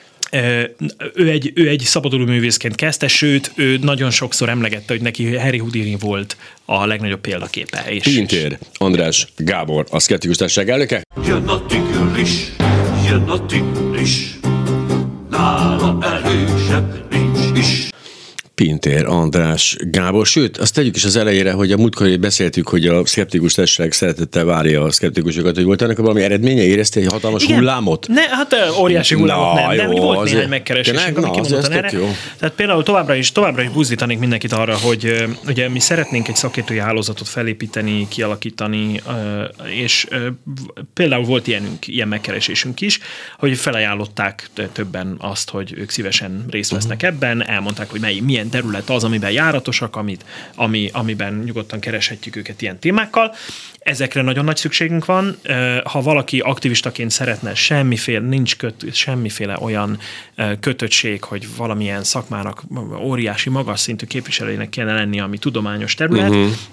Ő egy, ő egy szabaduló művészként kezdte, sőt, ő nagyon sokszor emlegette, hogy neki Harry Houdini volt a legnagyobb példaképe. Pintér András Gábor, a Szkeptikus Társaság elnöke. Jön a tigris, jön a tigris, nála erősebb nincs is. Pintér András Gábor. Sőt, azt tegyük is az elejére, hogy a múltkor beszéltük, hogy a Szkeptikus Társaság szeretettel várja a szkeptikusokat, hogy volt ennek valami eredménye? Érezte egy hatalmas igen. hullámot? Ne, hát óriási hullámot na, nem, de jó, volt azért, néhány megkeresés, ami kimondottan erre. Jó. Tehát például továbbra is, továbbra is buzdítanék mindenkit arra, hogy ugye mi szeretnénk egy szakértői hálózatot felépíteni, kialakítani, és például volt ilyenünk, ilyen megkeresésünk is, hogy felajánlották többen azt, hogy ők szívesen részt vesznek uh-huh. ebben, elmondták, hogy mely, milyen terület az, amiben járatosak, amit, ami, amiben nyugodtan kereshetjük őket ilyen témákkal. Ezekre nagyon nagy szükségünk van. Ha valaki aktivistaként szeretne, semmiféle, nincs köt, semmiféle olyan kötöttség, hogy valamilyen szakmának óriási, magas szintű képviselőjének kellene lenni, ami tudományos terület, uh-huh.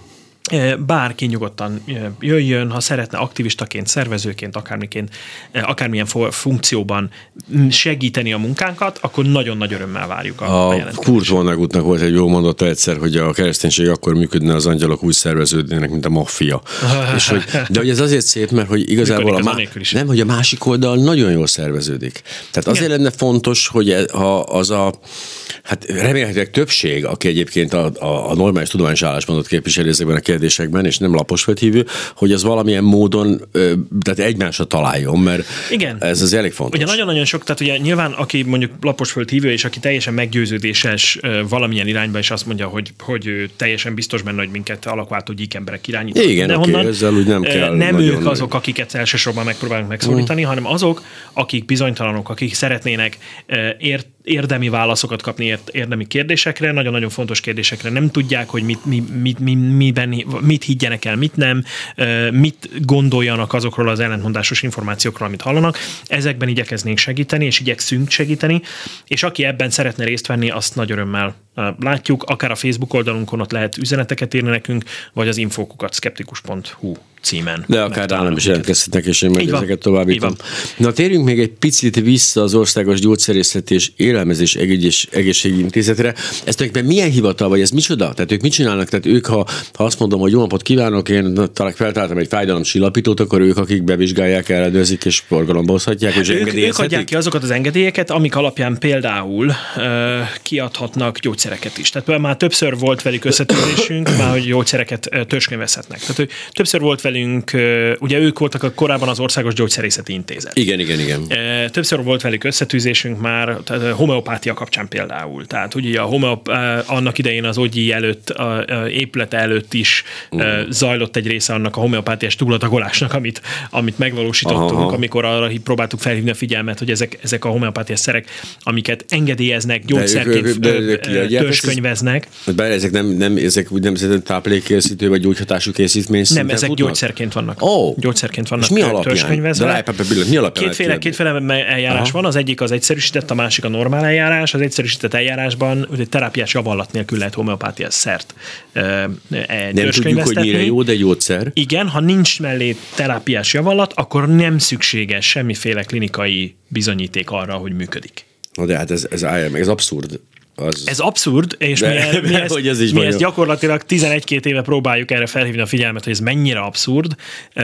bárki nyugodtan jöjjön, ha szeretne aktivistaként, szervezőként, akármiként, akármilyen funkcióban segíteni a munkánkat, akkor nagyon nagy örömmel várjuk a, a, a jelentkezést. Kurt Vonnegutnak volt egy jó mondata egyszer, hogy a kereszténység akkor működne, az angyalok úgy szerveződnének, mint a maffia. És hogy, de hogy ez azért szép, mert hogy igazából a, má, nem, hogy a másik oldal nagyon jól szerveződik. Tehát azért lenne fontos, hogy ha az a hát remélhetőleg többség, aki egyébként a, a, a normális tudományos álláspontot képviseli ezekben a kérdésekben, és nem laposföldhívő, hogy az valamilyen módon tehát egymásra találjon, mert igen. ez az elég fontos. Ugye nagyon-nagyon sok, tehát ugye nyilván, aki mondjuk laposföldhívő, és aki teljesen meggyőződéses valamilyen irányba, és azt mondja, hogy, hogy teljesen biztos benne, hogy minket alakváltó gyík emberek irányítanak. Igen, oké, okay, ezzel úgy nem kell. Nem ők azok, akiket elsősorban megpróbálunk megszólítani, mm. hanem azok, akik bizonytalanok, akik szeretnének ért érdemi válaszokat kapni ért, érdemi kérdésekre, nagyon-nagyon fontos kérdésekre. Nem tudják, hogy mit, mi, mit, mi, miben, mit higgyenek el, mit nem, mit gondoljanak azokról az ellentmondásos információkról, amit hallanak. Ezekben igyekeznénk segíteni, és igyekszünk segíteni, és aki ebben szeretne részt venni, azt nagy örömmel látjuk. Akár a Facebook oldalunkon ott lehet üzeneteket írni nekünk, vagy az infókukat skeptikus pont hu címen. De akár nálam is jelentkezhetnek, és én meg ezeket továbbítom. Na térjünk még egy picit vissza az Országos Gyógyszerészeti és Élelmezés Egészségügyi Intézetre. Ez tulajdonképpen milyen hivatal, vagy ez micsoda? Tehát ők mit csinálnak? Tehát ők, ha, ha azt mondom, hogy jó napot kívánok, én talán feltaláltam egy fájdalomcsillapítót, akkor ők, akik bevizsgálják, ellenőrzik és forgalomba hozhatják, és ők, ők adják ki azokat az engedélyeket, amik alapján például uh, kiadhatnak gyógyszereket is. Tehát már többször volt velük összetűzésünk, már hogy gyógyszereket uh, törzskönyvezhetnek. Tehát hogy többször volt velünk, uh, ugye ők voltak a korábban az Országos Gyógyszerészeti Intézet. Igen, igen, igen. Uh, többször volt velük összetűzésünk már, tehát homeopátia kapcsán például. Tehát ugye a homeop, annak idején az Ogyi előtt, a, a épülete előtt is uh. zajlott egy része annak a homeopátiás túlatagolásnak, amit, amit megvalósítottunk, aha, amikor arra próbáltuk felhívni a figyelmet, hogy ezek, ezek a homeopátiás szerek, amiket engedélyeznek, gyógyszerként törzskönyveznek. Bár ezek nem, nem ezek úgy nem táplálékkészítő vagy gyógyhatású készítmény. Nem, ezek futnak? gyógyszerként vannak. Oh. Gyógyszerként vannak. És mi alapján? Mi alapján? Kétféle, kétféle eljárás aha. van, az egyik az egyszerűsített, a másik a normál eljárás. Az egyszerűsített eljárásban egy terápiás javallat nélkül lehet homeopátiás szert e, nem tudjuk, hogy mire jó, de gyógyszer. Igen, ha nincs mellé terápiás javallat, akkor nem szükséges semmiféle klinikai bizonyíték arra, hogy működik. Na de hát ez, ez állja meg, ez abszurd. Az... Ez abszurd, és de, mi, e, mi, ezt, ez mi ezt gyakorlatilag tizenegy-két éve próbáljuk erre felhívni a figyelmet, hogy ez mennyire abszurd,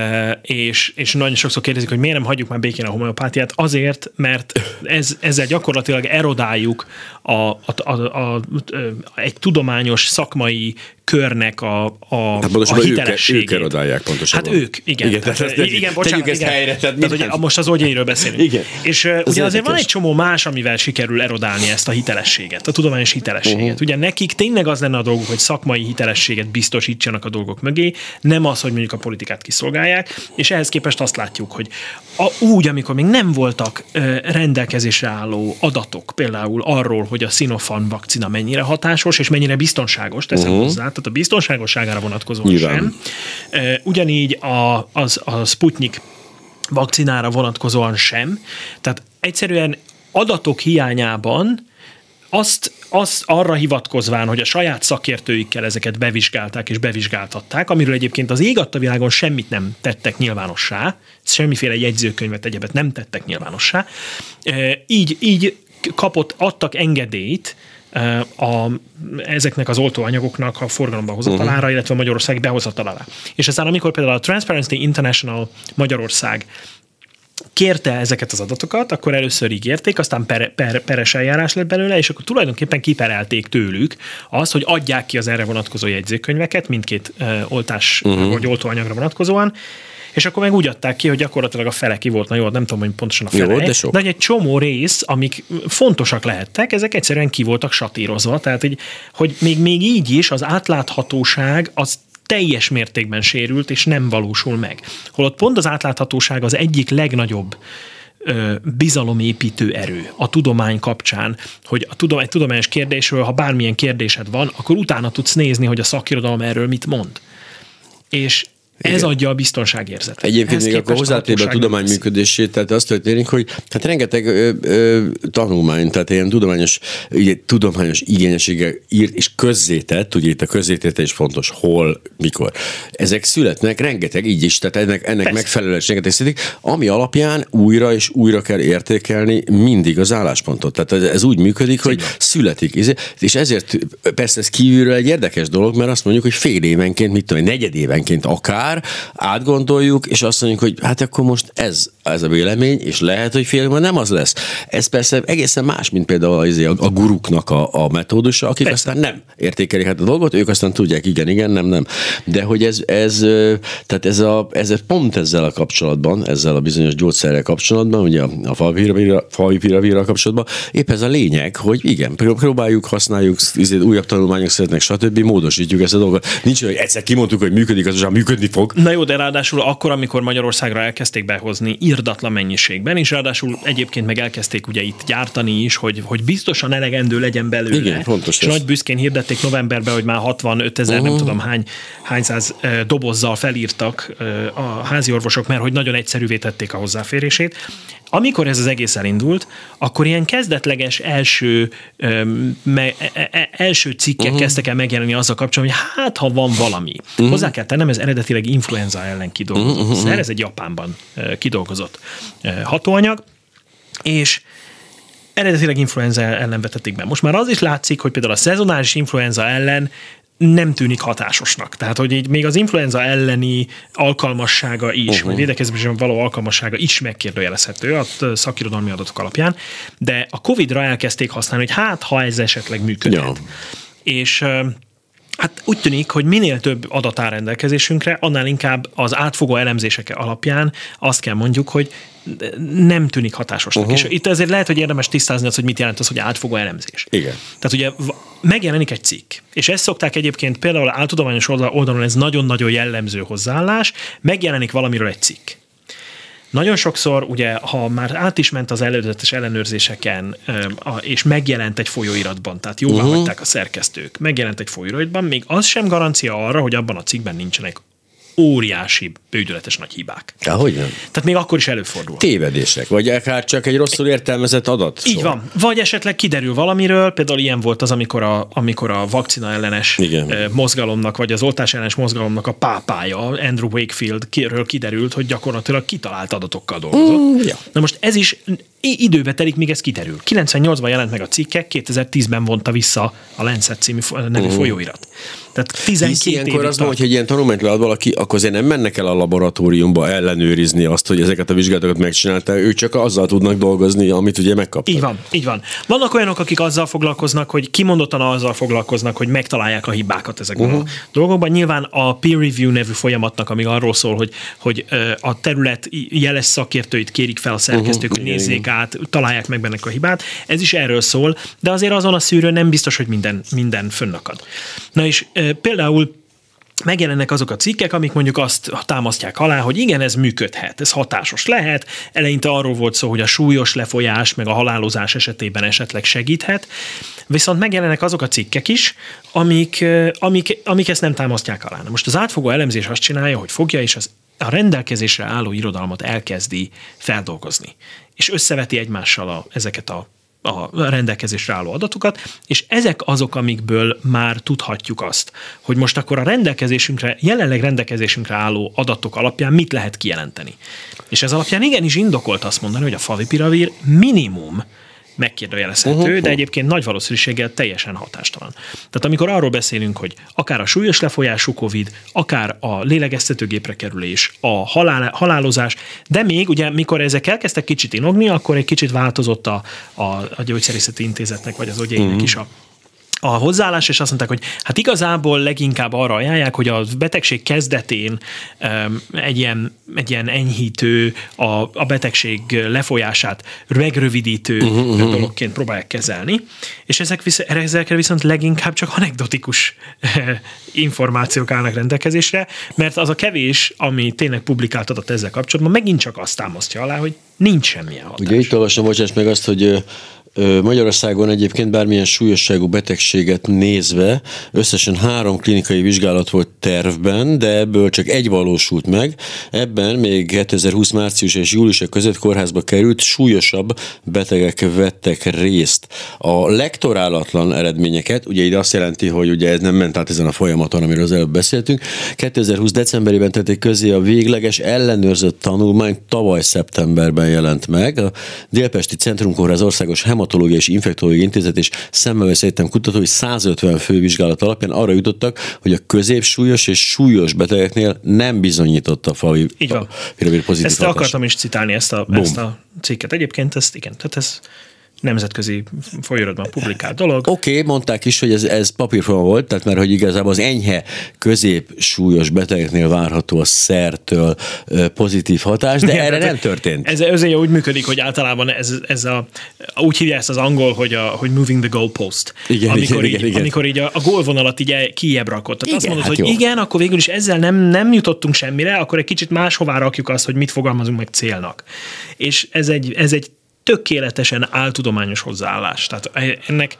és, és nagyon sokszor kérdezik, hogy miért nem hagyjuk már békén a homeopátiát. Azért, mert ez, ezzel gyakorlatilag erodáljuk a, a, a, a, a, egy tudományos szakmai körnek a, a, hát a hitelességét. Ők, ők erodálják pontosan. Hát ők, igen. Igen, tehát tehát, igen bocsánat, ezt igen. helyre, tehát tehát, ugye, most az Ogyéről beszélünk. Igen. És uh, ugye azért van egy csomó más, amivel sikerül erodálni ezt a hitelességet, a tudományos hitelességet. Uh-huh. Ugye nekik tényleg az lenne a dolguk, hogy szakmai hitelességet biztosítsanak a dolgok mögé, nem az, hogy mondjuk a politikát kiszolgálják, és ehhez képest azt látjuk, hogy a, úgy, amikor még nem voltak uh, rendelkezésre álló adatok, például arról, hogy a Sinopharm vakcina mennyire hatásos, és mennyire biztonságos, teszem uh-huh. hozzá, tehát a biztonságosságára vonatkozóan nyilván sem. Ugyanígy a, az, a Sputnik vakcinára vonatkozóan sem. Tehát egyszerűen adatok hiányában azt, azt arra hivatkozván, hogy a saját szakértőikkel ezeket bevizsgálták és bevizsgáltatták, amiről egyébként az ég adta világon semmit nem tettek nyilvánossá, semmiféle jegyzőkönyvet, egyebet nem tettek nyilvánossá. Így, így kapott, adtak engedélyt A, ezeknek az oltóanyagoknak a forgalomba hozatalára, uh-huh. illetve a magyarországi behozatalára. És aztán amikor például a Transparency International Magyarország kérte ezeket az adatokat, akkor először ígérték, aztán per, per, peres eljárás lett belőle, és akkor tulajdonképpen kiperelték tőlük azt, hogy adják ki az erre vonatkozó jegyzőkönyveket, mindkét uh, oltás uh-huh. vagy oltóanyagra vonatkozóan, és akkor meg úgy adták ki, hogy gyakorlatilag a fele ki volt, na jó, nem tudom, hogy pontosan a fele, jó, de, de egy csomó rész, amik fontosak lehettek, ezek egyszerűen ki voltak satírozva, tehát hogy, hogy még, még így is az átláthatóság az teljes mértékben sérült, és nem valósul meg. Holott pont az átláthatóság az egyik legnagyobb ö, bizalomépítő erő a tudomány kapcsán, hogy a tudomány, egy tudományos kérdésről, ha bármilyen kérdésed van, akkor utána tudsz nézni, hogy a szakirodalom erről mit mond. És Ez Igen. adja a biztonságérzetet. Egyébként még akkor hozzátérve a tudomány működését, tehát azt történik, hogy hát rengeteg ö, ö, tanulmány, tehát ilyen tudományos, ugye, tudományos igényességgel írt és közzétett, ugye itt a közzététel is fontos, hol, mikor. Ezek születnek, rengeteg így is, tehát ennek, ennek megfelelően rengeteg születik, ami alapján újra és újra kell értékelni mindig az álláspontot. Tehát ez úgy működik, hogy születik. És ezért persze ez kívülről egy érdekes dolog, mert azt mondjuk, hogy fél évenként, mit tudom, negyed évenként akár átgondoljuk, és azt mondjuk, hogy hát akkor most ez, ez a vélemény, és lehet, hogy fél évben nem az lesz. Ez persze egészen más, mint például a, a guruknak a, a metódusa, akik persze. aztán nem értékelik hát a dolgot, ők aztán tudják, igen, igen, nem, nem. De hogy ez, ez tehát ez, a, ez pont ezzel a kapcsolatban, ezzel a bizonyos gyógyszerrel kapcsolatban, ugye a favipiravírral kapcsolatban, épp ez a lényeg, hogy igen, próbáljuk, használjuk, újabb tanulmányok szeretnek, stb. Módosítjuk ezt a dolgot. Nincs, hogy egyszer kimondtuk, hogy működik, az már működni fog. Na jó, de ráadásul akkor, amikor Magyarországra elkezdték behozni irdatlan mennyiségben, és ráadásul egyébként meg elkezdték ugye itt gyártani is, hogy, hogy biztosan elegendő legyen belőle. Igen, fontos. És nagy büszkén hirdették novemberben, hogy már hatvanöt ezer, uh-huh. nem tudom hány, hány száz uh, dobozzal felírtak uh, a házi orvosok, mert hogy nagyon egyszerűvé tették a hozzáférését. Amikor ez az egész elindult, akkor ilyen kezdetleges első, um, me, e, első cikkek uh-huh. kezdtek el megjelenni azzal kapcsolatban, hogy hát, ha van valami. Uh-huh. Hozzá kell tennem, ez eredetileg influenza ellen kidolgozott. Uh-huh. Szer, ez egy Japánban uh, kidolgozott uh, hatóanyag, és eredetileg influenza ellen vetették be. Most már az is látszik, hogy például a szezonális influenza ellen nem tűnik hatásosnak. Tehát, hogy így még az influenza elleni alkalmassága is, uh-huh. vagy védekezésben való alkalmassága is megkérdőjelezhető a szakirodalmi adatok alapján, de a Covidra elkezdték használni, hogy hát, ha ez esetleg működhet. Ja. És hát úgy tűnik, hogy minél több adat áll rendelkezésünkre, annál inkább az átfogó elemzések alapján azt kell mondjuk, hogy nem tűnik hatásosnak. Uh-huh. És itt ezért lehet, hogy érdemes tisztázni azt, hogy mit jelent az, hogy átfogó elemzés. Igen. Tehát ugye megjelenik egy cikk, és ezt szokták egyébként például áltudományos oldalon, ez nagyon-nagyon jellemző hozzáállás, megjelenik valamiről egy cikk. Nagyon sokszor, ugye, ha már át is ment az előzetes ellenőrzéseken, és megjelent egy folyóiratban, tehát jóvá uh-huh. hagyták a szerkesztők, megjelent egy folyóiratban, még az sem garancia arra, hogy abban a cikkben nincsenek óriási, bődületes nagy hibák. Ahogy nem? Tehát még akkor is előfordul. Tévedések, vagy akár csak egy rosszul értelmezett adat. Így van. Vagy esetleg kiderül valamiről, például ilyen volt az, amikor a, amikor a vakcina ellenes Igen. mozgalomnak, vagy az oltás ellenes mozgalomnak a pápája, Andrew Wakefieldről kiderült, hogy gyakorlatilag kitalált adatokkal dolgozott. Mm, ja. Na most ez is időbe telik, míg ez kiderül. kilencvennyolcban jelent meg a cikke, kétezer-tízben vonta vissza a Lancet című nevű uh-huh. folyóirat. Tehát tizenkét ilyenkor az van, hogyha egy ilyen tanulmányt lead valaki, akkor azért nem mennek el a laboratóriumba ellenőrizni azt, hogy ezeket a vizsgálatokat megcsinálták, ők csak azzal tudnak dolgozni, amit ugye megkaptak. Így van, így van. Vannak olyanok, akik azzal foglalkoznak, hogy kimondottan azzal foglalkoznak, hogy megtalálják a hibákat ezekben uh-huh. a dolgokban. Nyilván a peer review nevű folyamatnak, ami arról szól, hogy, hogy a terület jeles szakértőit kérik fel a szerkesztők, uh-huh. hogy nézzék át, találják meg benne a hibát. Ez is erről szól, de azért azon a szűrőn nem biztos, hogy minden, minden fönnakad. Na és e, például megjelennek azok a cikkek, amik mondjuk azt támasztják alá, hogy igen, ez működhet, ez hatásos lehet. Eleinte arról volt szó, hogy a súlyos lefolyás, meg a halálozás esetében esetleg segíthet. Viszont megjelennek azok a cikkek is, amik, amik, amik ezt nem támasztják alá. Na most az átfogó elemzés azt csinálja, hogy fogja és az a rendelkezésre álló irodalmat elkezdi feldolgozni, és összeveti egymással a, ezeket a, a rendelkezésre álló adatokat, és ezek azok, amikből már tudhatjuk azt, hogy most akkor a rendelkezésünkre, jelenleg rendelkezésünkre álló adatok alapján mit lehet kijelenteni. És ez alapján igenis indokolt azt mondani, hogy a favipiravir minimum megkérdőjelezhető, uh-huh. de egyébként nagy valószínűséggel teljesen hatástalan. Tehát amikor arról beszélünk, hogy akár a súlyos lefolyású Covid, akár a lélegeztetőgépre kerülés, a halál, halálozás, de még ugye mikor ezek elkezdtek kicsit inogni, akkor egy kicsit változott a, a, a gyógyszerészeti intézetnek, vagy az ogyéinek uh-huh. is a a hozzáállás, és azt mondták, hogy hát igazából leginkább arra ajánlják, hogy a betegség kezdetén um, egy, ilyen, egy ilyen enyhítő, a, a betegség lefolyását megrövidítő uh-huh, uh-huh. dologként próbálják kezelni, és ezek visz, ezekre viszont leginkább csak anekdotikus információk állnak rendelkezésre, mert az a kevés, ami tényleg publikált adat ezzel kapcsolatban, megint csak azt támasztja alá, hogy nincs semmilyen hatás. Ugye itt olvasom, bocsáss meg azt, hogy Magyarországon egyébként bármilyen súlyosságú betegséget nézve összesen három klinikai vizsgálat volt tervben, de ebből csak egy valósult meg. Ebben még kétezer-húsz március és július között kórházba került súlyosabb betegek vettek részt. A lektorálatlan eredményeket, ugye ide azt jelenti, hogy ugye ez nem ment át ezen a folyamaton, amiről az előbb beszéltünk. kétezer-húsz decemberében tették közé a végleges ellenőrzött tanulmány, tavaly szeptemberben jelent meg. A Délpesti Centrumkórház Országos Hematológiai és Infektológiai Intézet és Szemmelweis Egyetem kutatói százötven fő vizsgálat alapján arra jutottak, hogy a középsúlyos és súlyos betegeknél nem bizonyított a favipiravir pozitív Ezt hatás. akartam is citálni, ezt a, ezt a cikket. Egyébként ezt igen, tehát ez nemzetközi folyóiratban publikált dolog. Oké, okay, mondták is, hogy ez, ez papírforma volt, tehát mert hogy igazából az enyhe középsúlyos betegeknél várható a szertől pozitív hatás, de igen, erre nem történt. Ez azért úgy működik, hogy általában ez, ez a, úgy hívja ezt az angol, hogy, a, hogy moving the goalpost. Igen, amikor, igen, így, igen, amikor így a, a gólvonalat így kijebb rakott. Tehát igen, azt mondod, hát hogy jó. igen, akkor végül is ezzel nem, nem jutottunk semmire, akkor egy kicsit máshová rakjuk azt, hogy mit fogalmazunk meg célnak. És ez egy, ez egy tökéletesen áltudományos hozzáállás. Tehát ennek,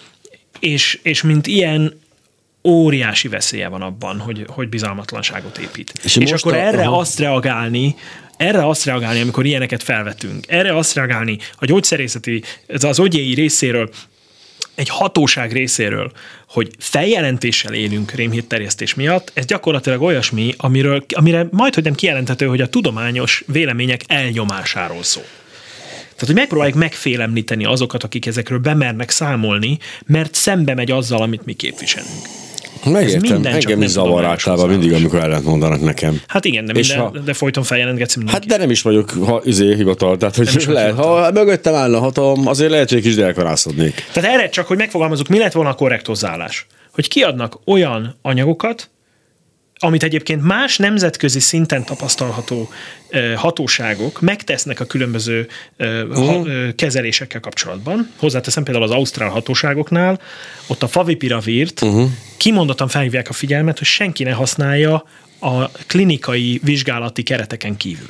és, és mint ilyen óriási veszélye van abban, hogy, hogy bizalmatlanságot épít. És, és akkor a, erre aha. azt reagálni, erre azt reagálni, amikor ilyeneket felvetünk, erre azt reagálni a gyógyszerészeti, ez az ogyéi részéről, egy hatóság részéről, hogy feljelentéssel élünk rémhírterjesztés miatt, ez gyakorlatilag olyasmi, amiről, amire majdhogy nem kijelenthető, hogy a tudományos vélemények elnyomásáról szól. Tehát, hogy megpróbáljuk megfélemlíteni azokat, akik ezekről bemernek számolni, mert szembe megy azzal, amit mi képviselünk. Megértem, engem is zavar általában mindig, amikor ellent mondanak nekem. Hát igen, de, minden, ha, de folyton feljelentgetsz mindenki. Hát de nem is vagyok ha, izé, hivatal, tehát hogy lehet, ha mögöttem állna hatalom, azért lehet, hogy egy kis delkarászodnék. Tehát erre csak, hogy megfogalmazunk, mi lett volna a korrekt hozzáállás. Hogy kiadnak olyan anyagokat, amit egyébként más nemzetközi szinten tapasztalható hatóságok megtesznek a különböző uh-huh. kezelésekkel kapcsolatban. Hozzáteszem például az ausztrál hatóságoknál, ott a favipiravírt uh-huh. kimondottan felhívják a figyelmet, hogy senki ne használja a klinikai vizsgálati kereteken kívül.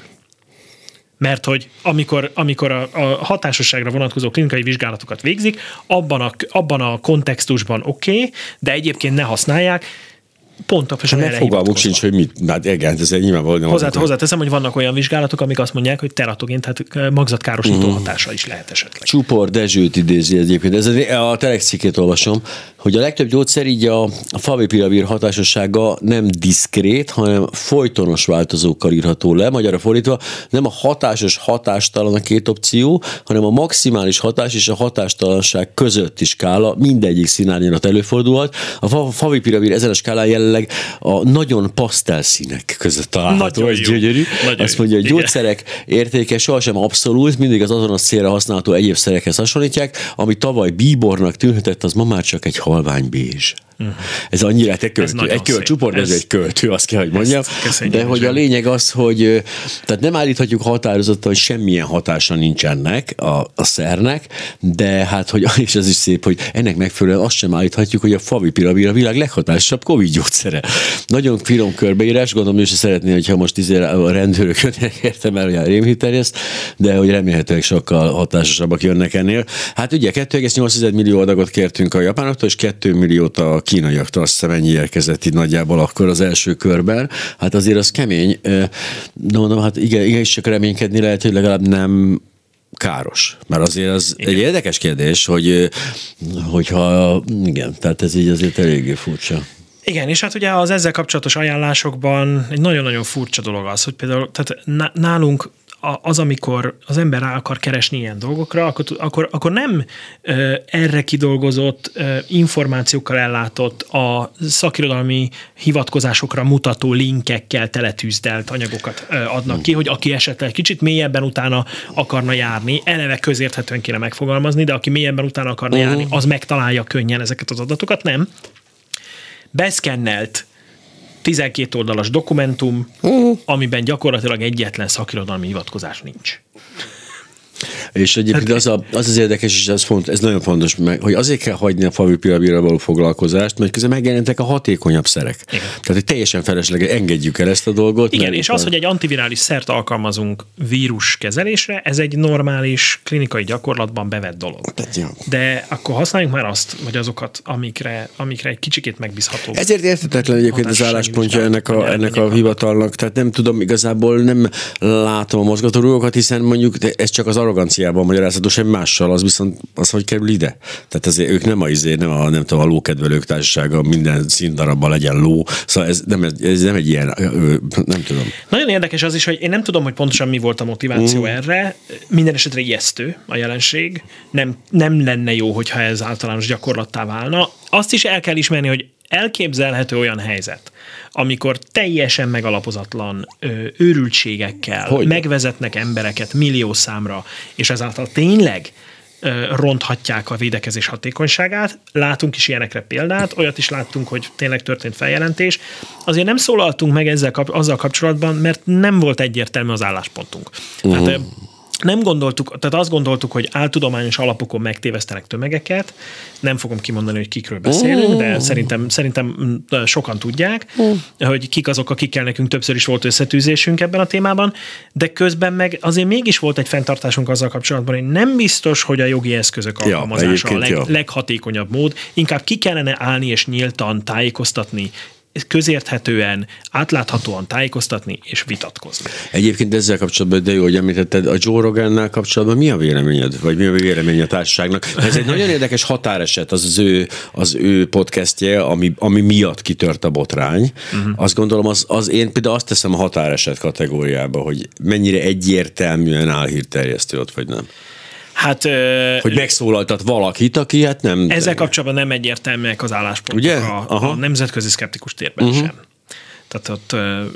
Mert hogy amikor, amikor a, a hatásosságra vonatkozó klinikai vizsgálatokat végzik, abban a, abban a kontextusban oké, okay, de egyébként ne használják. Pontosan erre fogalmuk sincs, hogy mit, hát igen, ez egy nyilvánvalóan. Hozzá, hozzáteszem, hogy vannak olyan vizsgálatok, amik azt mondják, hogy teratogén, tehát magzatkárosító uh-huh. hatása is lehet esetleg. Csupor Dezsőt idézi egyébként. Ez a Telex cikkét olvasom, hogy a legtöbb gyógyszer így a, a favipiravir hatásossága nem diszkrét, hanem folytonos változókkal írható le. Magyarra fordítva, nem a hatásos hatástalan a két opció, hanem a maximális hatás és a hatástalanság közötti skála mindegyik színárnyalat előfordulhat. A favipiravir ezen a skálán jelenleg a nagyon pasztelszínek között található, ez gyönyörű. Azt mondja, hogy gyógyszerek értéke sohasem abszolút, mindig az azonos célra használható egyéb szerekhez hasonlítják, ami tavaly bíbornak tűnhetett, az ma már csak egy halvány bézs. Uh-huh. Ez annyira egy költő, egy költő, Csupor, ez egy költő, azt kell, hogy mondjam. De hogy a lényeg az, hogy tehát nem állíthatjuk határozottan, hogy semmilyen hatása nincsenek a, a szernek, de hát, hogy, és ez is szép, hogy ennek megfelelően azt sem állíthatjuk, hogy a favipiravir a világ leghatásosabb Covid gyógyszere. Nagyon finom körbeírás, gondolom, és szeretné, hogyha most izé a rendőrökön értem el, hogy a rémhírterjeszt, de hogy remélhetőleg sokkal hatásosabbak jönnek ennél. Hát ugye kettő egész nyolc millió adagot kértünk a japánoktól, és két milliót a kínaiaktól, azt hiszem ennyi érkezett így nagyjából akkor az első körben. Hát azért az kemény. De mondom, hát igen, igen is csak reménykedni lehet, hogy legalább nem káros. Mert azért az igen. Egy érdekes kérdés, hogy hogyha igen, tehát ez így azért eléggé furcsa. Igen, és hát ugye az ezzel kapcsolatos ajánlásokban egy nagyon-nagyon furcsa dolog az, hogy például tehát nálunk az, amikor az ember rá akar keresni ilyen dolgokra, akkor, akkor, akkor nem ö, erre kidolgozott, ö, információkkal ellátott, a szakirodalmi hivatkozásokra mutató linkekkel teletűzdelt anyagokat ö, adnak ki, hogy aki esetleg kicsit mélyebben utána akarna járni, eleve közérthetően kéne megfogalmazni, de aki mélyebben utána akarna járni, az megtalálja könnyen ezeket az adatokat, nem? Beszkennelt tizenkét oldalas dokumentum, uh-huh. amiben gyakorlatilag egyetlen szakirodalmi hivatkozás nincs. És egyébként az, a, az az érdekes, és ez, font, ez nagyon fontos, hogy azért kell hagyni a favipiravírral való foglalkozást, mert közben megjelentek a hatékonyabb szerek. Igen. Tehát, hogy teljesen felesleges, engedjük el ezt a dolgot. Igen, és az, hogy egy antivirális szert alkalmazunk vírus kezelésre, ez egy normális klinikai gyakorlatban bevett dolog. Tehát, ja. De akkor használjuk már azt, vagy azokat, amikre, amikre egy kicsikét megbízható. Ezért érthetetlen egyébként az álláspontja ennek a, ennek a hivatalnak, tehát nem tudom, igazából nem látom a mozgatórugókat, hiszen mondjuk ez csak az arroganciában magyarázható, semmi mással, az viszont az, hogy kerül ide. Tehát azért ők nem a izé, nem a, nem tudom, a lókedvelők társasága, minden színdarabban legyen ló, szóval ez nem, ez nem egy ilyen, nem tudom. Nagyon érdekes az is, hogy én nem tudom, hogy pontosan mi volt a motiváció mm. erre, minden esetre ijesztő a jelenség, nem, nem lenne jó, hogyha ez általános gyakorlattá válna. Azt is el kell ismerni, hogy elképzelhető olyan helyzet, amikor teljesen megalapozatlan ö, őrültségekkel Hogyne. megvezetnek embereket millió számra, és ezáltal tényleg ö, ronthatják a védekezés hatékonyságát. Látunk is ilyenekre példát, olyat is láttunk, hogy tényleg történt feljelentés. Azért nem szólaltunk meg ezzel, azzal kapcsolatban, mert nem volt egyértelmű az álláspontunk. Uh-huh. Tehát, nem gondoltuk, tehát azt gondoltuk, hogy áltudományos alapokon megtévesztenek tömegeket, nem fogom kimondani, hogy kikről beszélünk, de szerintem, szerintem sokan tudják, hogy kik azok, akikkel nekünk többször is volt összetűzésünk ebben a témában, de közben meg azért mégis volt egy fenntartásunk azzal kapcsolatban, hogy nem biztos, hogy a jogi eszközök alkalmazása ja, a leg, ja. leghatékonyabb mód, inkább ki kellene állni és nyíltan tájékoztatni, közérthetően, átláthatóan tájékoztatni és vitatkozni. Egyébként ezzel kapcsolatban, de jó, hogy említetted, a Joe Rogannál kapcsolatban mi a véleményed? Vagy mi a vélemény a társaságnak? Ez egy nagyon érdekes határeset, az az ő, az ő podcastje, ami, ami miatt kitört a botrány. Uh-huh. Azt gondolom, az, az én például azt teszem a határeset kategóriába, hogy mennyire egyértelműen álhírterjesztő ott, vagy nem. Hát, hogy megszólaltat valakit, aki hát nem... Ezzel kapcsolatban nem egyértelműek az álláspontok a, a nemzetközi szkeptikus térben uh-huh. sem. Tehát ott uh,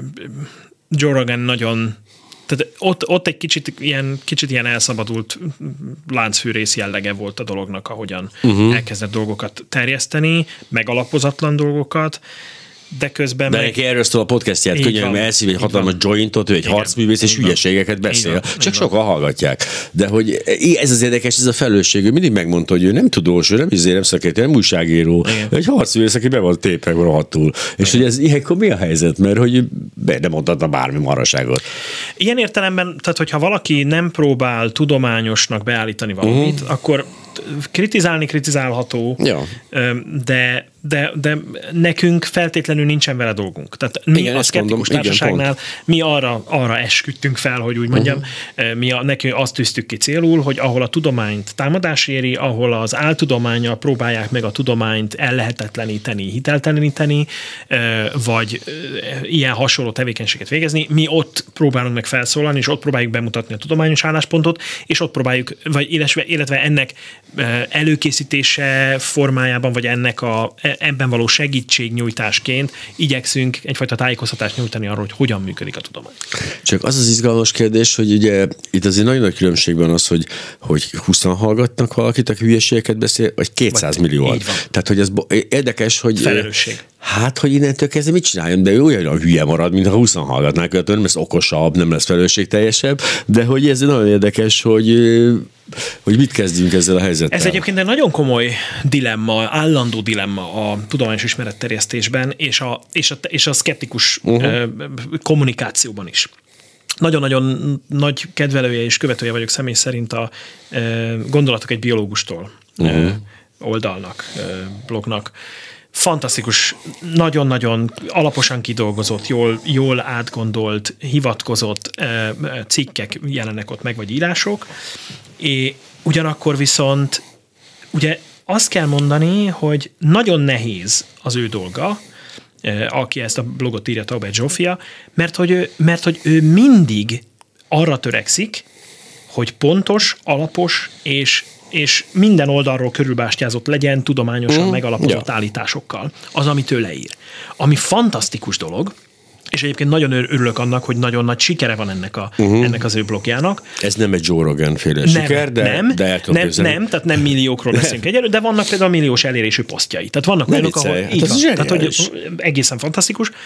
Joe Rogan nagyon... Tehát ott, ott egy kicsit ilyen, kicsit ilyen elszabadult láncfűrész jellege volt a dolognak, ahogyan uh-huh. elkezdett dolgokat terjeszteni, megalapozatlan dolgokat, de közben de meg... neki erről szól a podcastját, könnyen, mert elszív egy hatalmas jointot, ő egy igen, harcművész, és hülyeségeket beszél. Van, csak sokan hallgatják. De hogy ez az érdekes, ez a felelősség, ő mindig megmondta, hogy ő nem tudós, ő nem izé, nem szakértő, nem újságíró, igen. egy harcművész, aki be van tépve rohadtul. És hogy ez ilyenkor mi a helyzet? Mert hogy be nem mondhatna bármi maraságot. Ilyen értelemben, tehát hogyha valaki nem próbál tudományosnak beállítani valamit, uh-huh. akkor kritizálni kritizálható, ja. de, de, de nekünk feltétlenül nincsen vele dolgunk. Tehát mi igen, a szkeptikus társaságnál igen, mi arra, arra esküdtünk fel, hogy úgy mondjam, uh-huh. mi a, nekünk azt tűztük ki célul, hogy ahol a tudományt támadás éri, ahol az áltudománnyal próbálják meg a tudományt ellehetetleníteni, hitelteleníteni, vagy ilyen hasonló tevékenységet végezni, mi ott próbálunk meg felszólalni, és ott próbáljuk bemutatni a tudományos álláspontot, és ott próbáljuk, vagy illetve, illetve ennek előkészítése formájában, vagy ennek a, ebben való segítségnyújtásként igyekszünk egyfajta tájékoztatást nyújtani arról, hogy hogyan működik a tudomány. Csak az az izgalmas kérdés, hogy ugye itt azért nagyon nagy különbség van az, hogy, hogy húszan hallgatnak valakit, aki hülyeségeket beszél, vagy kétszáz millióan. Tehát, hogy ez érdekes, hogy... Felelősség. Hát, hogy innentől kezdve mit csináljon, de ő olyan hülye marad, mintha húszan hallgatnák, hogy nem lesz okosabb, nem lesz felelősségteljesebb, de hogy ez nagyon érdekes, hogy, hogy mit kezdjünk ezzel a helyzettel. Ez egyébként egy nagyon komoly dilemma, állandó dilemma a tudományos ismeretterjesztésben, és a, és a, és a szkeptikus uh-huh. kommunikációban is. Nagyon-nagyon nagy kedvelője és követője vagyok személy szerint a Gondolatok egy biológustól uh-huh. oldalnak, blognak. Fantasztikus, nagyon-nagyon alaposan kidolgozott, jól, jól átgondolt, hivatkozott e, cikkek jelennek ott meg, vagy írások. És ugyanakkor viszont ugye azt kell mondani, hogy nagyon nehéz az ő dolga, e, aki ezt a blogot írja, Taubert Zsófia, mert hogy, ő, mert hogy ő mindig arra törekszik, hogy pontos, alapos és és minden oldalról körülbástyázott legyen tudományosan mm. megalapozott ja. állításokkal. Az, amit ő leír. Ami fantasztikus dolog, és egyébként nagyon örülök annak, hogy nagyon nagy sikere van ennek, a, uh-huh. ennek az ő blogjának. Ez nem egy Joe Rogan féle siker, de, nem, de el tudom nem, képzelni. nem, tehát nem milliókról beszélünk egyelőre, de vannak például milliós elérésű posztjai. Tehát vannak olyanok, ahol hát így van. Tehát, hogy egészen fantasztikus.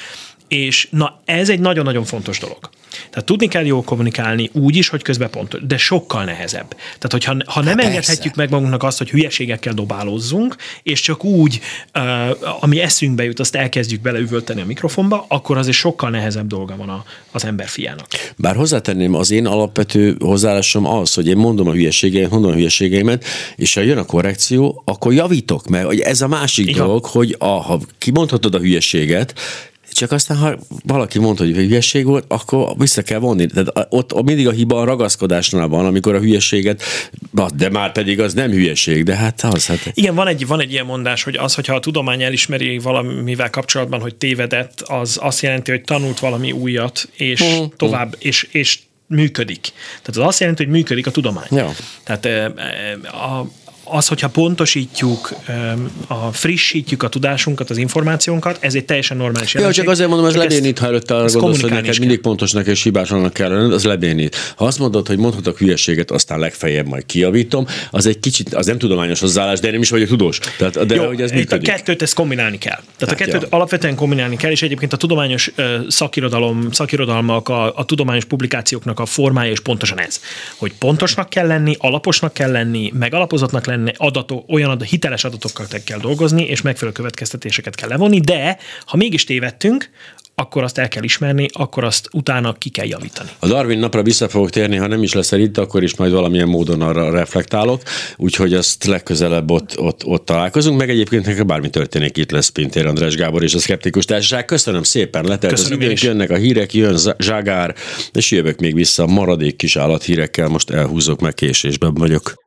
És na, ez egy nagyon-nagyon fontos dolog. Tehát tudni kell jól kommunikálni úgy is, hogy közben pontos, de sokkal nehezebb. Tehát, hogyha ha nem hát engedhetjük persze. meg magunknak azt, hogy hülyeségekkel dobálózzunk, és csak úgy, uh, ami eszünkbe jut, azt elkezdjük beleüvölteni a mikrofonba, akkor azért sokkal nehezebb dolga van a, az ember fiának. Bár hozzátenném, az én alapvető hozzáállásom az, hogy én mondom a hülyeségeimet, mondom a hülyeségeimet, és ha jön a korrekció, akkor javítok, mert ez a másik Igen. dolog, hogy a, ha kimondhatod a hülyeséget, csak aztán, ha valaki mondta, hogy hülyeség volt, akkor vissza kell vonni. Tehát ott mindig a hiba a ragaszkodásnál van, amikor a hülyeséget, de már pedig az nem hülyeség, de hát az. Hát... Igen, van egy, van egy ilyen mondás, hogy az, hogyha a tudomány elismeri valamivel kapcsolatban, hogy tévedett, az azt jelenti, hogy tanult valami újat, és hmm. tovább, és, és működik. Tehát az azt jelenti, hogy működik a tudomány. Ja. Tehát a az, hogyha pontosítjuk, a frissítjük a tudásunkat, az információnkat, ez egy teljesen normális jelenség. Ja, csak azért mondom, ez lebénít, ha előtte arra gondolsz, hogy neked mindig pontosnak és hibátlanak kellene, az lebénít. Ha azt mondod, hogy mondhatok hülyeséget, aztán legfeljebb majd kijavítom, az egy kicsit, az nem tudományos hozzáállás, de én nem is vagyok tudós. Tehát, de jó, hogy ez működik. A kettőt ezt kombinálni kell. Tehát hát a kettőt ja. alapvetően kombinálni kell, és egyébként a tudományos uh, szakirodalom, szakirodalmak, a, a tudományos publikációknak a formája is pontosan ez. Hogy pontosnak kell lenni, alaposnak kell lenni, megalapozottnak lenni, adatok, olyan adat, hiteles adatokkal kell dolgozni, és megfelelő következtetéseket kell levonni, de ha mégis tévedtünk, akkor azt el kell ismerni, akkor azt utána ki kell javítani. A Darwin napra vissza fogok térni, ha nem is leszel itt, akkor is majd valamilyen módon arra reflektálok, úgyhogy azt legközelebb ott, ott, ott találkozunk, meg egyébként nekem bármi történik, itt lesz Pintér András Gábor és a Szkeptikus Társaság. Köszönöm szépen, letelt az időnk, jönnek a hírek, jön Zságár, és jövök még vissza maradék kis állathírekkel, most elhúzok, meg késésben vagyok.